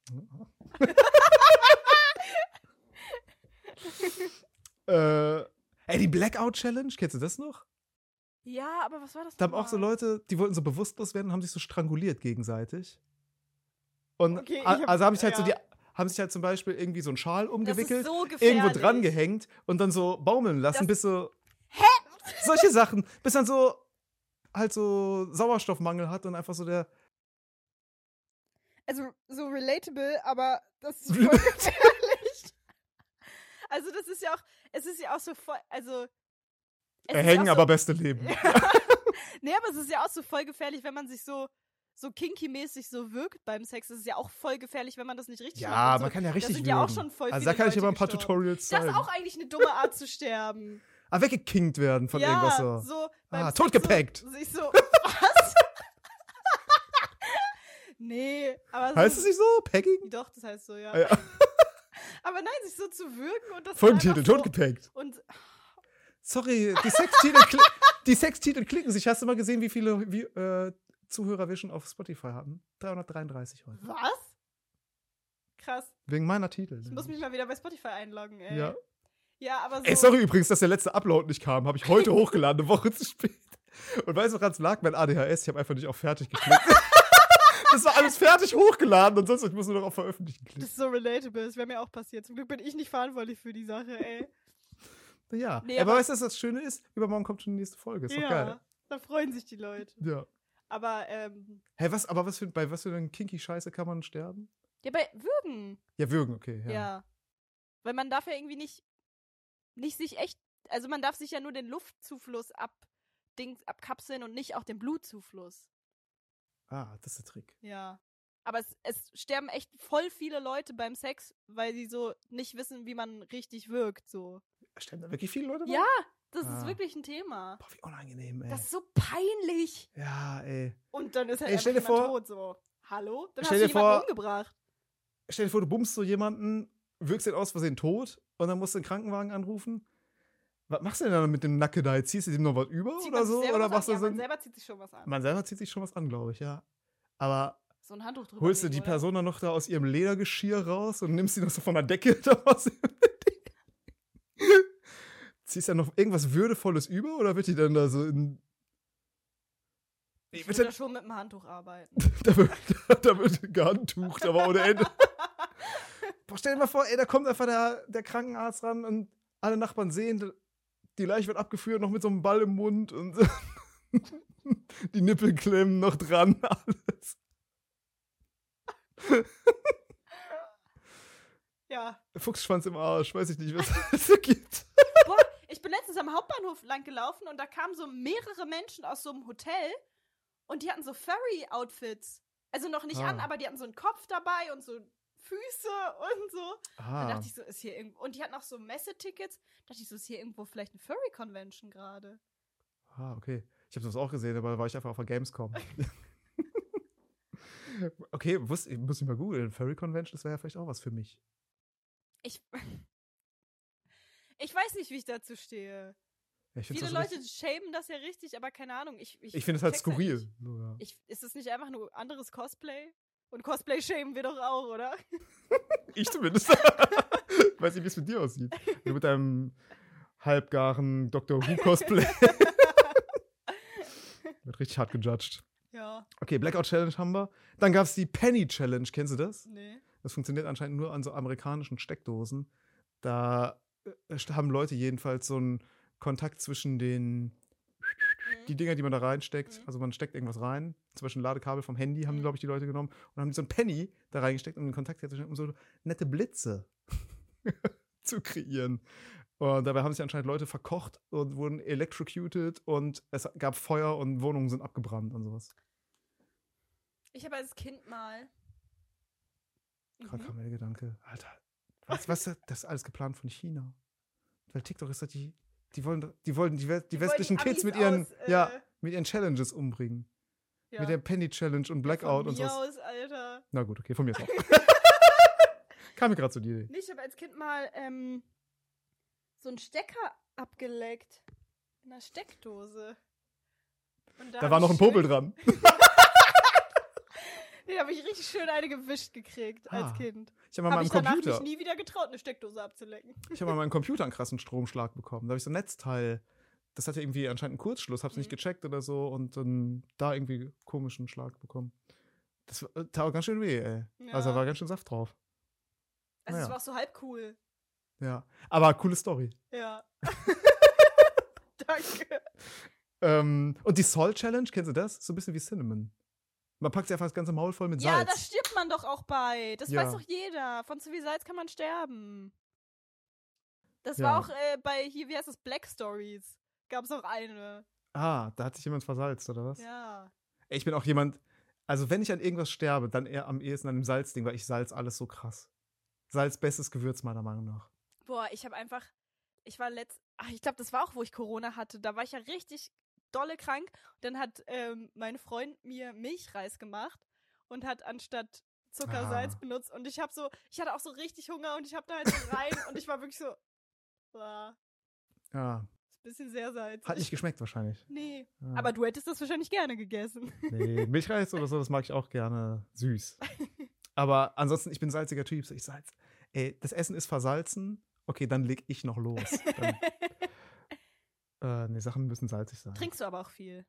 äh, ey, die Blackout Challenge, kennst du das noch? Ja, aber was war das Da haben auch so nochmal? Leute, die wollten so bewusstlos werden und haben sich so stranguliert gegenseitig. Und Okay, ich a- hab- also haben sich halt so ja. die, haben sich halt zum Beispiel irgendwie so einen Schal Das ist umgewickelt, so gefährlich. irgendwo dran gehängt und dann so baumeln lassen, Das- bis so. Hä? Solche Sachen, bis dann so halt so Sauerstoffmangel hat und einfach so der. Also so relatable, aber das ist voll gefährlich. Also das ist ja auch, es ist ja auch so voll, also es ist Erhängen, ja auch aber beste Leben. so, nee, aber es ist ja auch so voll gefährlich, wenn man sich so so kinky-mäßig so wirkt beim Sex. Es ist ja auch voll gefährlich, wenn man das nicht richtig Ja, macht. und so. man kann ja richtig Da sind ja auch würgen. schon voll Also da viele kann ich Leute immer ein paar gestorben. Tutorials Das zeigen. ist auch eigentlich eine dumme Art zu sterben. Ah, weggekinkt werden von ja, irgendwas so. so beim Ah, Sex totgepackt. So, sich so, was? Nee, aber so, Heißt es nicht so? Packing? Doch, das heißt so, ja. Ah, ja. Aber nein, sich so zu wirken und das Folgentitel, einfach so, totgepackt. und Sorry, die Sextitel, kli die Sextitel klicken sich. Hast du mal gesehen, wie viele wie, äh, Zuhörer wir schon auf Spotify hatten? dreihundertdreiunddreißig heute. was? Krass. Wegen meiner Titel. Ich muss mich mal wieder bei Spotify einloggen, ey. Ja. Ja, aber so. Ey, sorry übrigens, dass der letzte Upload nicht kam. Habe ich heute hochgeladen, eine Woche zu spät. Und weißt du, woran es lag? Mein A D H S. Ich habe einfach nicht auf fertig geklickt. Das war alles fertig hochgeladen und sonst, ich muss nur noch auf Veröffentlichen klicken. Das ist so relatable. Das wäre mir auch passiert. Zum Glück bin ich nicht verantwortlich für die Sache, ey. Ja, Nee, aber aber- weißt du, was das Schöne ist? Übermorgen kommt schon die nächste Folge. Ist doch ja, geil. da freuen sich die Leute. Ja. Aber, ähm, Hä, was, aber was für, bei was für einer kinky Scheiße kann man sterben? ja, bei Würgen. Ja, würgen, okay. Ja. Ja. Weil man darf ja irgendwie nicht, nicht sich echt, also man darf sich ja nur den Luftzufluss ab, Dings, abkapseln und nicht auch den Blutzufluss. Ah, das ist der Trick. Ja. Aber es, es sterben echt voll viele Leute beim Sex, weil sie so nicht wissen, wie man richtig wirkt, so. Sterben da wirklich viele Leute? Ja, das Ah. ist wirklich ein Thema. Boah, wie unangenehm, ey. Das ist so peinlich. ja, ey. Und dann ist halt Ey, einfach stell dir jemand vor- tot, so. Hallo? Dann Stell hast du dir jemanden vor- umgebracht. Stell dir vor, du bummst so jemanden, wirkst den aus Versehen tot und dann musst du den Krankenwagen anrufen. Was machst du denn dann mit dem Nacke da? Jetzt ziehst du ihm noch was über Zieht oder man sich so? selber Oder was machst an? du Ja, so man ein. selber zieht sich schon was an. Man selber zieht sich schon was an, glaube ich, ja. Aber So ein Handtuch drüber holst du legen, die oder? Person dann noch da aus ihrem Ledergeschirr raus und nimmst sie noch so von der Decke da was? Ziehst ja noch irgendwas Würdevolles über oder wird die dann da so in. Ich Wird würde dann- da schon mit dem Handtuch arbeiten. Da wird, da, da wird gehandtucht, aber ohne Ende. Boah, stell dir mal vor, ey, da kommt einfach der, der Krankenarzt ran und alle Nachbarn sehen, die Leiche wird abgeführt, noch mit so einem Ball im Mund und die Nippel klemmen noch dran, alles. Ja. Fuchsschwanz im Arsch, weiß ich nicht, was es so gibt. Boah, ich bin letztens am Hauptbahnhof lang gelaufen und da kamen so mehrere Menschen aus so einem Hotel und die hatten so Furry-Outfits. Also noch nicht Ah. an, aber die hatten so einen Kopf dabei und so Füße und so. Da Ah, dachte ich so, ist hier irgendwo. Und die hatten auch so Messetickets. Da dachte ich so, ist hier irgendwo vielleicht eine Furry-Convention gerade? ah, okay. Ich habe das auch gesehen, aber da war ich einfach auf der Gamescom. Okay, muss, muss ich mal googeln. Furry Convention, das wäre ja vielleicht auch was für mich. Ich. Ich weiß nicht, wie ich dazu stehe. Ja, ich find's Viele auch so Leute richtig- schämen das ja richtig, aber keine Ahnung. Ich, ich, Ich finde es halt check's skurril. nicht. So, ja. Ich, ist es nicht einfach nur anderes Cosplay? Und Cosplay schämen wir doch auch, oder? Ich zumindest. Weiß nicht, wie es mit dir aussieht. Du mit deinem halbgaren Doctor Who-Cosplay. Wird richtig hart gejudged. Ja. Okay, Blackout Challenge haben wir. Dann gab es die Penny Challenge. Kennst du das? Nee. Das funktioniert anscheinend nur an so amerikanischen Steckdosen. Da äh, haben Leute jedenfalls so einen Kontakt zwischen den Mhm. die Dinger, die man da reinsteckt. Mhm. Also man steckt irgendwas rein. Zum Beispiel ein Ladekabel vom Handy haben, Mhm. glaube ich, die Leute genommen. Und haben so einen Penny da reingesteckt, um einen Kontakt herzustellen, um so nette Blitze zu kreieren. Und dabei haben sich anscheinend Leute verkocht und wurden electrocuted und es gab Feuer und Wohnungen sind abgebrannt und sowas. Ich habe als Kind mal. Gerade Mhm. kam mir der Gedanke, Alter, was, was, das ist alles geplant von China. Weil TikTok ist doch die, die wollen, doch- die wollen die, We- die Die wollen westlichen die Kids Amis mit ihren, aus, äh, ja, mit ihren Challenges umbringen. Ja. Mit der Penny Challenge und Blackout von und mir so. aus, Alter. Na gut, okay, von mir ist auch. Kam mir gerade zu die Idee. Nee, ich habe als Kind mal ähm, so einen Stecker abgeleckt. In einer Steckdose. Und Da hab war ich noch ein schön- Popel dran. Nee, da habe ich richtig schön eine gewischt gekriegt als Ah. Kind. Ich habe mal Habe meinem ich danach Computer, mich nie wieder getraut, eine Steckdose abzulecken. ich habe mal meinem Computer einen krassen Stromschlag bekommen. Da habe ich so ein Netzteil. Das hatte irgendwie anscheinend einen Kurzschluss, hab's nicht Mhm. gecheckt oder so und dann da irgendwie komischen Schlag bekommen. Das war- tat ganz schön weh, ey. Also da Ja. war ganz schön Saft drauf. Also Naja. es war auch so halb cool. Ja. Aber coole Story. Ja. Danke. Ähm, und die Salt Challenge, kennst du das? So ein bisschen wie Cinnamon. Man packt sich einfach das ganze Maul voll mit Ja, Salz. da stirbt man doch auch bei. Das Ja. weiß doch jeder. Von zu viel Salz kann man sterben. Das Ja. war auch äh, bei, hier, wie heißt das, Black Stories. Gab es auch eine. Ah, da hat sich jemand versalzt, oder was? Ja. Ey, ich bin auch jemand, also wenn ich an irgendwas sterbe, dann eher am ehesten an dem Salzding, weil ich salz alles so krass. Salz, bestes Gewürz meiner Meinung nach. Boah, ich habe einfach, ich war letzt, ach, ich glaube, das war auch, wo ich Corona hatte. Da war ich ja richtig dolle krank. Und dann hat ähm, mein Freund mir Milchreis gemacht und hat anstatt Zucker Ah. Salz benutzt. Und ich habe so, ich hatte auch so richtig Hunger und ich habe da halt so rein und ich war wirklich so, boah, Ja, ist ein bisschen sehr salzig. hat nicht geschmeckt wahrscheinlich. Nee. Ja. Aber du hättest das wahrscheinlich gerne gegessen. Nee, Milchreis oder so, das mag ich auch gerne süß. Aber ansonsten, ich bin salziger Typ, so ich salz. Ey, das Essen ist versalzen, okay, dann leg ich noch los. Dann, äh, nee, Sachen müssen salzig sein. Trinkst du aber auch viel.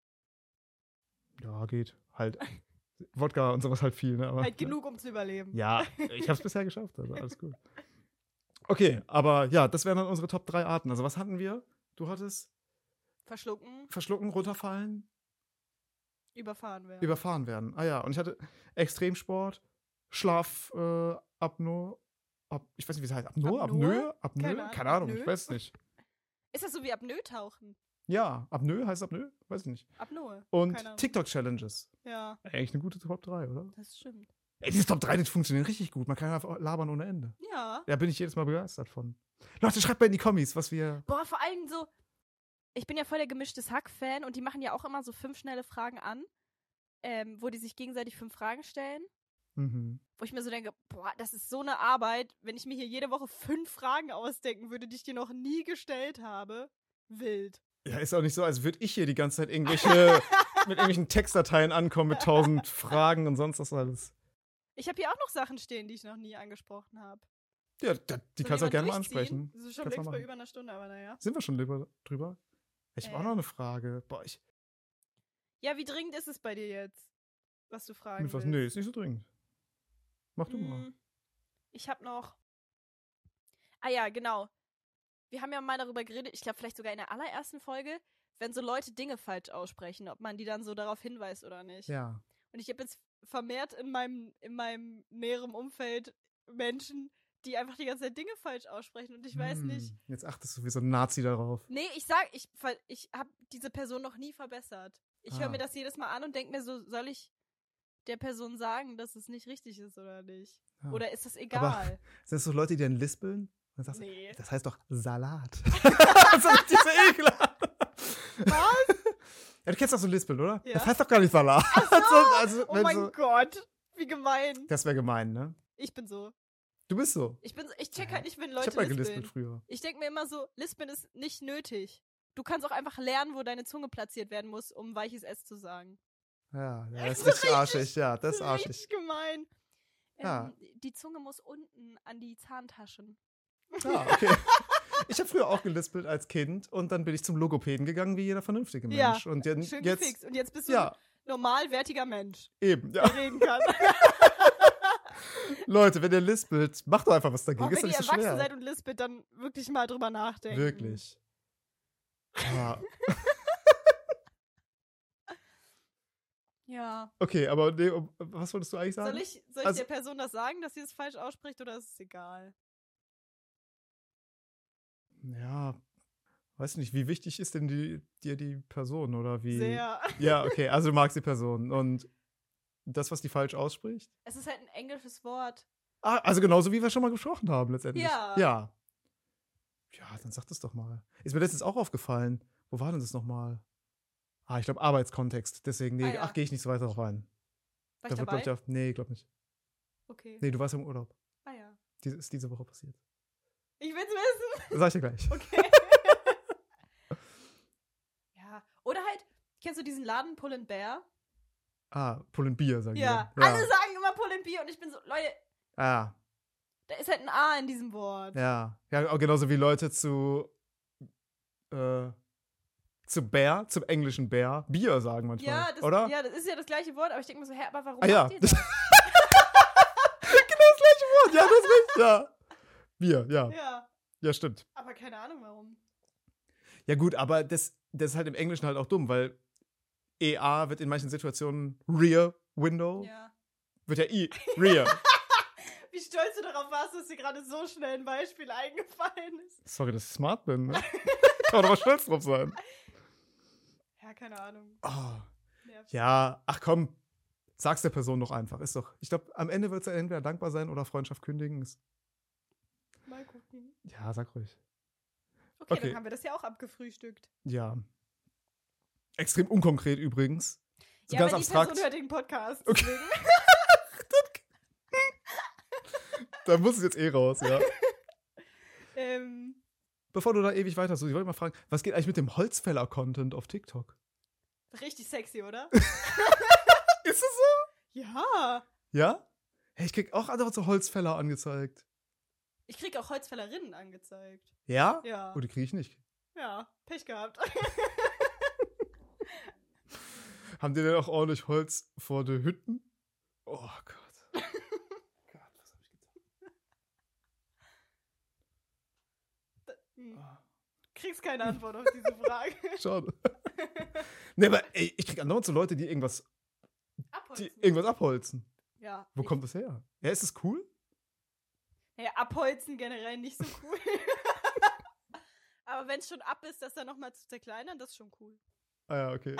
Ja, geht. Halt. Wodka und sowas halt viel, ne? Aber, Halt genug, um zu überleben. Ja, ich hab's bisher geschafft, also alles gut. Okay, aber ja, das wären dann unsere Top drei Arten. Also was hatten wir? Du hattest Verschlucken, verschlucken, runterfallen, überfahren werden. überfahren werden. Ah ja, und ich hatte Extremsport, Schlaf, äh, Apnoe, Ab, ich weiß nicht, wie es heißt. Apnoe? Apnoe? Apnoe? Apnoe? Keine Keine, Ahnung. Ahnung, ich Apnoe? weiß es nicht. Ist das so wie Apnoe-Tauchen? Ja, Apnoe heißt Apnoe? Weiß ich nicht. Apnoe. Und Keine Ahnung. TikTok-Challenges. Ja, Eigentlich eine gute Top drei, oder? das stimmt. Ey, diese Top drei, die funktionieren richtig gut. Man kann einfach labern ohne Ende. Ja. Da bin ich jedes Mal begeistert von. Leute, schreibt mal in die Kommis, was wir. Boah, vor allem so, ich bin ja voll der gemischtes Hack-Fan und die machen ja auch immer so fünf schnelle Fragen an, ähm, wo die sich gegenseitig fünf Fragen stellen. Mhm. Wo ich mir so denke, boah, das ist so eine Arbeit, wenn ich mir hier jede Woche fünf Fragen ausdenken würde, die ich dir noch nie gestellt habe. Wild. Ja, ist auch nicht so, als würde ich hier die ganze Zeit irgendwelche mit irgendwelchen Textdateien ankommen mit tausend Fragen und sonst was alles. Ich habe hier auch noch Sachen stehen, die ich noch nie angesprochen habe. Ja, da, die Soll kannst du auch jemand gerne mal durchziehen? ansprechen. Das ist schon Kannst du längst mal bei machen. über einer Stunde, aber naja. Sind wir schon drüber? drüber? Ich habe auch Äh. noch eine Frage. Boah, ich. Ja, wie dringend ist es bei dir jetzt, was du fragen Mit was? willst? Nee, ist nicht so dringend. Mach du mal. Hm, Ich habe noch. Ah ja, genau. Wir haben ja mal darüber geredet, ich glaube vielleicht sogar in der allerersten Folge, wenn so Leute Dinge falsch aussprechen, ob man die dann so darauf hinweist oder nicht. Ja. Und ich habe jetzt vermehrt in meinem, in meinem näheren Umfeld Menschen, die einfach die ganze Zeit Dinge falsch aussprechen und ich weiß Hm, nicht. Jetzt achtest du wie so ein Nazi darauf. Nee, ich sag, ich, ver- ich habe diese Person noch nie verbessert. Ich höre Ah. mir das jedes Mal an und denke mir so, soll ich der Person sagen, dass es nicht richtig ist oder nicht? Ja. Oder ist das egal? Sind das so Leute, die dann lispeln? Und dann sagst du, Nee. das heißt doch Salat. Das ist diese ekelhaft. Was? Ja, du kennst doch so Lispeln, oder? Ja. Das heißt doch gar nicht Salat. Ach so. also, Oh wenn mein so, Gott, wie gemein. das wäre gemein, ne? Ich bin so. Du bist so. Ich bin so, ich check Ja. halt nicht, wenn Ich Leute hab mal lispeln. gelispelt früher. Ich denke mir immer so, Lispeln ist nicht nötig. Du kannst auch einfach lernen, wo deine Zunge platziert werden muss, um weiches S zu sagen. Ja, ja, Das das ist ist richtig richtig- arschig. Ja, das ist arschig. Richtig gemein. Ähm, Ja. Die Zunge muss unten an die Zahntaschen. Ja, okay. Ich habe früher auch gelispelt als Kind und dann bin ich zum Logopäden gegangen, wie jeder vernünftige Ja, Mensch. Und jetzt, schön jetzt gefixt. Und jetzt bist du ja, ein normalwertiger Mensch, eben. Ja. der reden kann. Leute, wenn ihr lispelt, macht doch einfach was dagegen. Oh, Ist wenn doch ihr nicht so erwachsen schwer. seid und lispelt, dann wirklich mal drüber nachdenken. Wirklich. Ja. Ja. Okay, aber nee, um- was wolltest du eigentlich sagen? Soll ich, soll ich Also- der Person das sagen, dass sie es falsch ausspricht, oder ist es egal? Ja, weiß nicht, wie wichtig ist denn die, dir die Person oder wie? Sehr. Ja, okay, also du magst die Person und das, was die falsch ausspricht? Es ist halt ein englisches Wort. Ah, also genauso wie wir schon mal gesprochen haben letztendlich. Ja. Ja. Ja, dann sag das doch mal. Ist mir letztens auch aufgefallen. Wo war denn das nochmal? Ah, ich glaube Arbeitskontext. Deswegen, nee, Ah, ja. ach, gehe ich nicht so weiter drauf ein. War Da ich wird, dabei? glaub ich, auf, nee, glaub nicht. Okay. Nee, du warst im Urlaub. Ah ja. Die, ist diese Woche passiert. Ich will's wissen. Sag ich dir gleich. Okay. Ja. Oder halt, kennst du diesen Laden Pull and Bear? Ah, Pull and Beer, sagen Ja. wir. Alle sagen immer Pull and Beer und ich bin so, Leute, Ah, da ist halt ein A in diesem Wort. ja. Ja, auch genauso wie Leute zu äh, zu Bär, zum englischen Bär, Bier sagen manchmal, Ja, das, oder? ja, das ist ja das gleiche Wort, aber ich denke mir so, hä, aber warum Ah, ja. macht ihr das? Genau das gleiche Wort, ja, das ist richtig, ja. Bier, ja. Ja, Ja, stimmt. aber keine Ahnung warum. Ja gut, aber das, das ist halt im Englischen halt auch dumm, weil E A wird in manchen Situationen Rear Window, Ja. wird ja I, Rear. Wie stolz du darauf warst, dass dir gerade so schnell ein Beispiel eingefallen ist. Sorry, dass ich smart bin, ne? Kann man doch mal stolz drauf sein. Ja, keine Ahnung. Oh, Nervt. ja, ach komm, sag's der Person doch einfach, ist doch, ich glaube, am Ende wird sie entweder dankbar sein oder Freundschaft kündigen. Ist, Mal gucken. ja, sag ruhig. Okay, Okay. dann haben wir das ja auch abgefrühstückt. Ja. Extrem unkonkret übrigens. So ja, ganz aber die abstrakt. Person hört den Podcast. Okay. Deswegen. Da muss es jetzt eh raus, ja. ähm, Bevor du da ewig weiter suchst, ich wollte mal fragen, was geht eigentlich mit dem Holzfäller-Content auf TikTok? richtig sexy, oder? Ist es so? Ja. Ja? Hey, ich krieg auch andere so Holzfäller angezeigt. Ich krieg auch Holzfällerinnen angezeigt. Ja? Ja. Oh, die kriege ich nicht. Ja, Pech gehabt. Haben die denn auch ordentlich Holz vor den Hütten? Oh Gott. Gott, was hab ich getan? Hm. Ah, Kriegst keine Antwort auf diese Frage. schade. Nee, aber ey, ich krieg andauernd so Leute, die irgendwas, die Abholzen. irgendwas abholzen. Ja. Wo ich, kommt das her? Ja, ist das cool? Ja, abholzen generell nicht so cool. Aber wenn es schon ab ist, das dann nochmal zu zerkleinern, das ist schon cool. Ah ja, okay.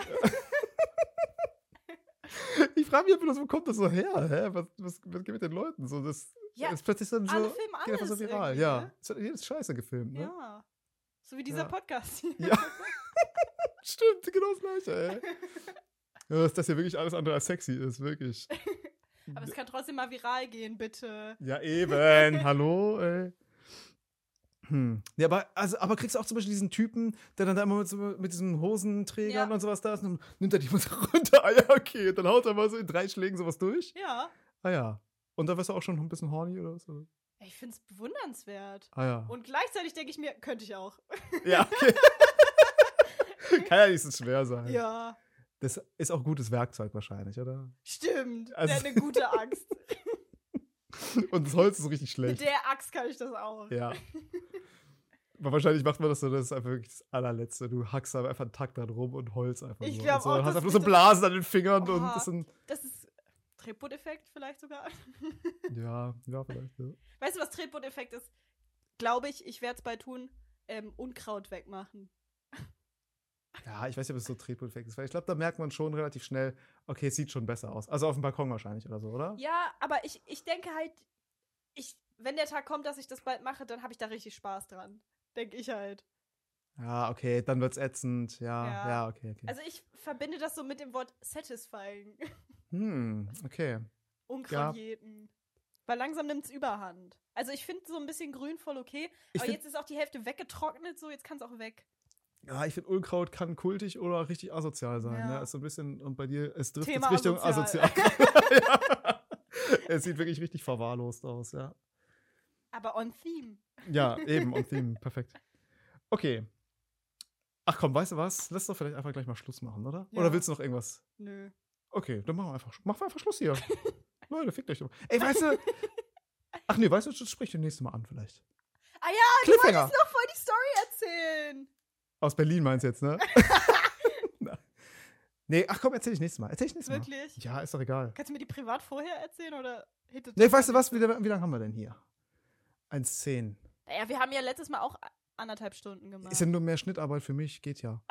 Ich frage mich einfach, wo kommt das so her? Hä? Was, was, was geht mit den Leuten? So, das Ja, ist plötzlich dann so, alle filmen geht einfach so alles viral. irgendwie, Ja, ne? es hat jedes Scheiße gefilmt, ne? Ja. So wie dieser Ja. Podcast hier. Ja. Stimmt, genau das Gleiche, ey. Ja, dass das hier wirklich alles andere als sexy ist, wirklich. Aber es kann trotzdem mal viral gehen, bitte. Ja, eben. Hallo, ey. Hm. Ja, aber, also, aber kriegst du auch zum Beispiel diesen Typen, der dann da immer mit, so, mit diesen Hosenträgern Ja. und sowas da ist, und dann nimmt er die mal so runter. Ah ja, okay. Und dann haut er mal so in drei Schlägen sowas durch. Ja. Ah ja. Und dann wirst du auch schon ein bisschen horny oder was? Oder? Ich find's bewundernswert. Ah ja. Und gleichzeitig denke ich mir, könnte ich auch. Ja, okay. Kann ja nicht so schwer sein. Ja. Das ist auch gutes Werkzeug wahrscheinlich, oder? Stimmt. Also- Der hat eine gute Axt. Und das Holz ist so richtig Mit schlecht. der Axt kann ich das auch. Ja. Aber wahrscheinlich macht man das so, das ist einfach wirklich das allerletzte. Du hackst aber einfach einen Takt dran rum und Holz einfach Ich so. glaub und so. auch, Dann hast das einfach so wird- Blasen an den Fingern Oh. und das sind. Das ist Tretboot-Effekt vielleicht sogar. Ja, ja, vielleicht. Ja. Weißt du, was Tretboot-Effekt ist? Glaube ich, ich werde es bald tun, ähm, Unkraut wegmachen. Ja, ich weiß nicht, ob es so Tretboot-Effekt ist, weil ich glaube, da merkt man schon relativ schnell, okay, es sieht schon besser aus. Also auf dem Balkon wahrscheinlich oder so, oder? Ja, aber ich, ich denke halt, ich, wenn der Tag kommt, dass ich das bald mache, dann habe ich da richtig Spaß dran. Denke ich halt. Ja, okay, dann wird's ätzend. Ja, ja, Ja. okay, okay. Also ich verbinde das so mit dem Wort satisfying. hm, okay. Unkraut jäten. Weil langsam nimmt's überhand. Also ich finde so ein bisschen grün voll okay, Ich aber find- jetzt ist auch die Hälfte weggetrocknet, so jetzt kann es auch weg. Ja, ich finde, Unkraut kann kultig oder richtig asozial sein. Ja. Ne? Ist so ein bisschen, und bei dir, es trifft Thema jetzt Richtung asozial. asozial. Ja. Es sieht wirklich richtig verwahrlost aus, ja. Aber on theme. Ja, eben, on theme, perfekt. Okay. Ach komm, weißt du was? Lass doch vielleicht einfach gleich mal Schluss machen, oder? Ja. Oder willst du noch irgendwas? Nö. Okay, dann machen wir einfach, machen wir einfach Schluss hier. Leute, fickt euch doch. Ey, weißt du. Ach nee, weißt du, das sprich das nächste Mal an vielleicht. Ah ja, Cliffhanger. du wolltest noch voll die Story erzählen. Aus Berlin meinst du jetzt, ne? Nee, ach komm, erzähl ich nächstes Mal. Erzähl ich nächstes Mal. Wirklich? Ja, ist doch egal. Kannst du mir die privat vorher erzählen oder hittet Nee, das weißt du dann was? Wie, nicht wie lange haben wir denn hier? eins zehn. so? Naja, wir haben ja letztes Mal auch anderthalb Stunden gemacht. Ist ja nur mehr Schnittarbeit für mich, geht ja.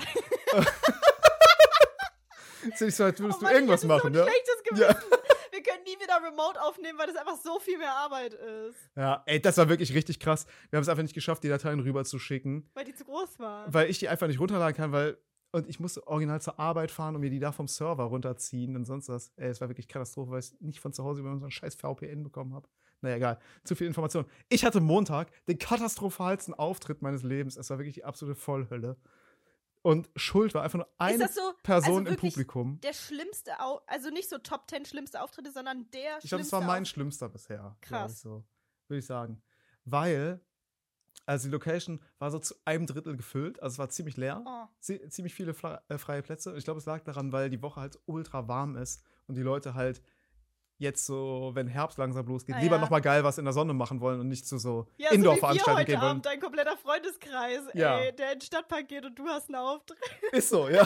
Ist ja nicht so, als würdest Oh du Mann, irgendwas ich hätte machen, so ein ja? schlechtes Gewissen. Ja. Wir können nie wieder remote aufnehmen, weil das einfach so viel mehr Arbeit ist. Ja, ey, das war wirklich richtig krass. Wir haben es einfach nicht geschafft, die Dateien rüber zu schicken, Weil die zu groß waren. weil ich die einfach nicht runterladen kann, weil und ich musste original zur Arbeit fahren und mir die da vom Server runterziehen und sonst was. Ey, es war wirklich Katastrophe, weil ich es nicht von zu Hause über unseren scheiß V P N bekommen habe. Naja, egal. Zu viel Information. Ich hatte Montag den katastrophalsten Auftritt meines Lebens. Es war wirklich die absolute Vollhölle. Und Schuld war einfach nur eine ist das so, Person also im wirklich Publikum. der schlimmste, Au also nicht so Top zehn schlimmste Auftritte, sondern der schlimmste Ich glaube, das war mein Auf- schlimmster bisher. glaub Krass. Ich so, würde ich sagen. Weil, also die Location war so zu einem Drittel gefüllt. Also es war ziemlich leer. Oh. Zie- ziemlich viele fla- äh, freie Plätze. Und ich glaube, es lag daran, weil die Woche halt ultra warm ist und die Leute halt jetzt so, wenn Herbst langsam losgeht, Ah, lieber ja. noch mal geil was in der Sonne machen wollen und nicht zu so Ja, so wie wir Indoor-Veranstaltungen heute gehen wollen. Abend, dein kompletter Freundeskreis, Ja. ey, der in den Stadtpark geht und du hast einen Auftritt. Ist so, ja.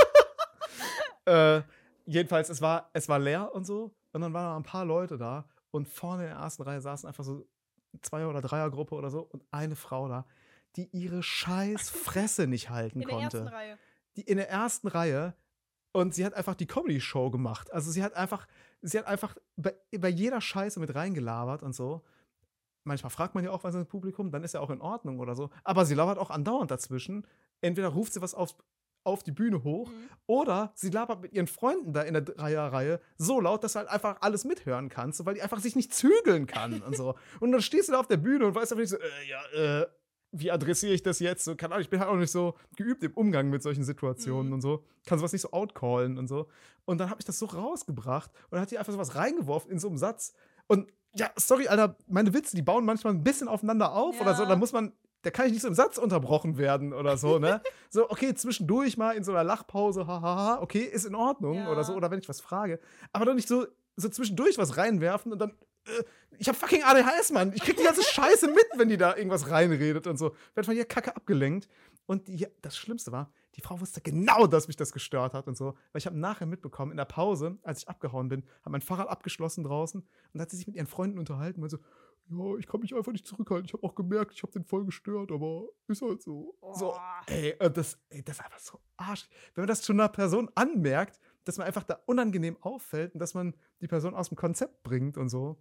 äh, jedenfalls, es war, es war leer und so. Und dann waren noch ein paar Leute da. Und vorne in der ersten Reihe saßen einfach so Zweier- oder Dreiergruppe oder so. Und eine Frau da, die ihre scheiß Fresse nicht halten In der konnte. ersten Reihe. Die in der ersten Reihe. Und sie hat einfach die Comedy-Show gemacht. Also sie hat einfach, sie hat einfach bei, bei jeder Scheiße mit reingelabert und so. Manchmal fragt man ja auch was ins Publikum, dann ist ja auch in Ordnung oder so. Aber sie labert auch andauernd dazwischen. Entweder ruft sie was auf, auf die Bühne hoch Mhm. oder sie labert mit ihren Freunden da in der Dreierreihe so laut, dass du halt einfach alles mithören kannst, weil die einfach sich nicht zügeln kann und so. Und dann stehst du da auf der Bühne und weißt einfach nicht so, äh, ja, äh, wie adressiere ich das jetzt? So, keine Ahnung, ich bin halt auch nicht so geübt im Umgang mit solchen Situationen Mhm. und so. Kann sowas nicht so outcallen und so. Und dann habe ich das so rausgebracht und dann hat die einfach sowas reingeworfen in so einem Satz. Und ja, sorry, Alter, meine Witze, die bauen manchmal ein bisschen aufeinander auf Ja. oder so. Da muss man, da kann ich nicht so im Satz unterbrochen werden oder so, ne? So, okay, zwischendurch mal in so einer Lachpause, hahaha, okay, ist in Ordnung Ja. oder so. Oder wenn ich was frage. Aber doch nicht so, so zwischendurch was reinwerfen und dann äh, ich hab fucking A D H S, Mann. Ich krieg die ganze Scheiße mit, wenn die da irgendwas reinredet und so. Werd von ihr Kacke abgelenkt. Und die, das Schlimmste war, die Frau wusste genau, dass mich das gestört hat und so. Weil ich habe nachher mitbekommen, in der Pause, als ich abgehauen bin, hat mein Fahrrad abgeschlossen draußen und hat sie sich mit ihren Freunden unterhalten und so, ja, ich kann mich einfach nicht zurückhalten. Ich habe auch gemerkt, ich habe den voll gestört, aber ist halt so. So, Oh. ey, und das, ey, das ist einfach so arschig. Wenn man das schon einer Person anmerkt, dass man einfach da unangenehm auffällt und dass man die Person aus dem Konzept bringt und so.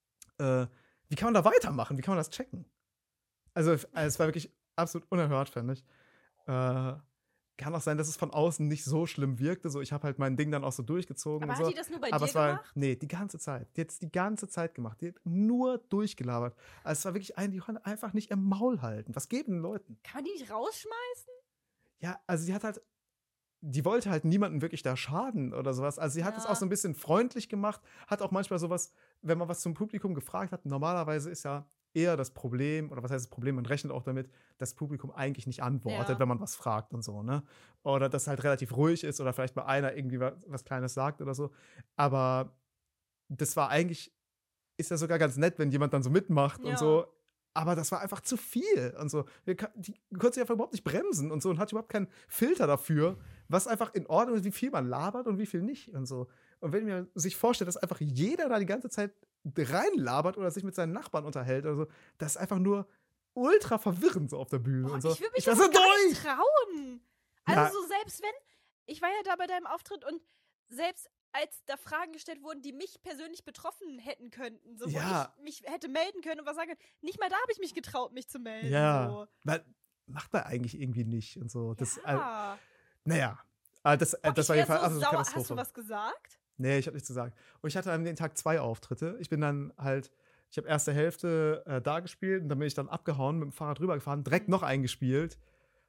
Äh, wie kann man da weitermachen? Wie kann man das checken? Also, also es war wirklich absolut unerhört, fand ich. Äh, kann auch sein, dass es von außen nicht so schlimm wirkte. So, ich habe halt mein Ding dann auch so durchgezogen Aber und hat so. die das nur bei Aber dir es war, gemacht? nee, die ganze Zeit. Die hat es die ganze Zeit gemacht. Die hat nur durchgelabert. Also es war wirklich eine, die konnte einfach nicht im Maul halten. Was geben den Leuten? Kann man die nicht rausschmeißen? Ja, also sie hat halt, die wollte halt niemandem wirklich da schaden oder sowas. Also sie hat es Ja. auch so ein bisschen freundlich gemacht, hat auch manchmal sowas, wenn man was zum Publikum gefragt hat, normalerweise ist ja eher das Problem, oder was heißt das Problem, man rechnet auch damit, dass das Publikum eigentlich nicht antwortet, Ja. wenn man was fragt und so, ne? Oder dass halt relativ ruhig ist oder vielleicht mal einer irgendwie was, was Kleines sagt oder so. Aber das war eigentlich, ist ja sogar ganz nett, wenn jemand dann so mitmacht Ja. und so. Aber das war einfach zu viel und so. Die, ka- die konnte sich einfach überhaupt nicht bremsen und so und hat überhaupt keinen Filter dafür, was einfach in Ordnung ist, wie viel man labert und wie viel nicht und so. Und wenn man sich vorstellt, dass einfach jeder da die ganze Zeit reinlabert oder sich mit seinen Nachbarn unterhält oder so, das ist einfach nur ultra verwirrend so auf der Bühne Boah, und so. ich würde mich war das so gar durch. nicht trauen. Also Ja. so selbst wenn, ich war ja da bei deinem Auftritt und selbst als da Fragen gestellt wurden, die mich persönlich betroffen hätten könnten, so Ja. wo ich mich hätte melden können und was sagen können, nicht mal da habe ich mich getraut, mich zu melden. Ja. So. Weil, macht man eigentlich irgendwie nicht und so. Das, äh, Ja. naja. Ah, das, äh, Boah, das ich war wär jedenfalls so absolute sauer. Hast Katastrophe. du was gesagt? Nee, ich habe nichts zu sagen. Und ich hatte an dem Tag zwei Auftritte. Ich bin dann halt, ich habe erste Hälfte äh, da gespielt und dann bin ich dann abgehauen, mit dem Fahrrad rübergefahren, direkt Mhm. noch eingespielt.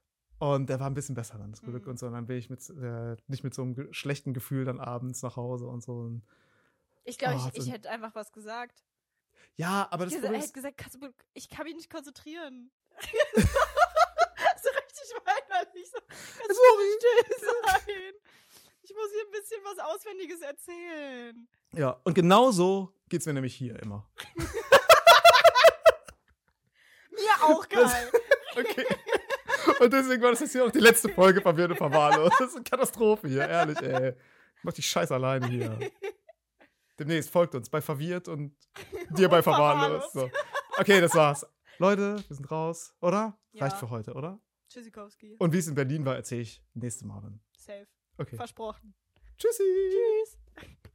Und der war ein bisschen besser dann, zum Glück. Mhm. Und so. Und dann bin ich mit, äh, nicht mit so einem ge- schlechten Gefühl dann abends nach Hause und so. Und Ich glaube, Oh, ich, ich so- hätte einfach was gesagt. ja, aber das Ich Problem hätte ist, gesagt, kannst du, ich kann mich nicht konzentrieren. so richtig weinerlich. So, kannst Sorry. du still sein? Ich muss hier ein bisschen was Auswendiges erzählen. Ja, und genau so geht's mir nämlich hier immer. Mir auch geil. Okay. Und deswegen war das jetzt hier auch die letzte Folge Verwirrt und Verwahrlos. Das ist eine Katastrophe hier, ehrlich, ey. Ich mach die Scheiß alleine hier. Demnächst folgt uns bei Verwirrt und dir bei Verwahrlos. So. Okay, das war's. Leute, wir sind raus, oder? Ja. Reicht für heute, oder? Tschüssikowski. Und wie es in Berlin war, erzähle ich nächstes Mal dann. Safe. Okay. Versprochen. Tschüssi. Tschüss.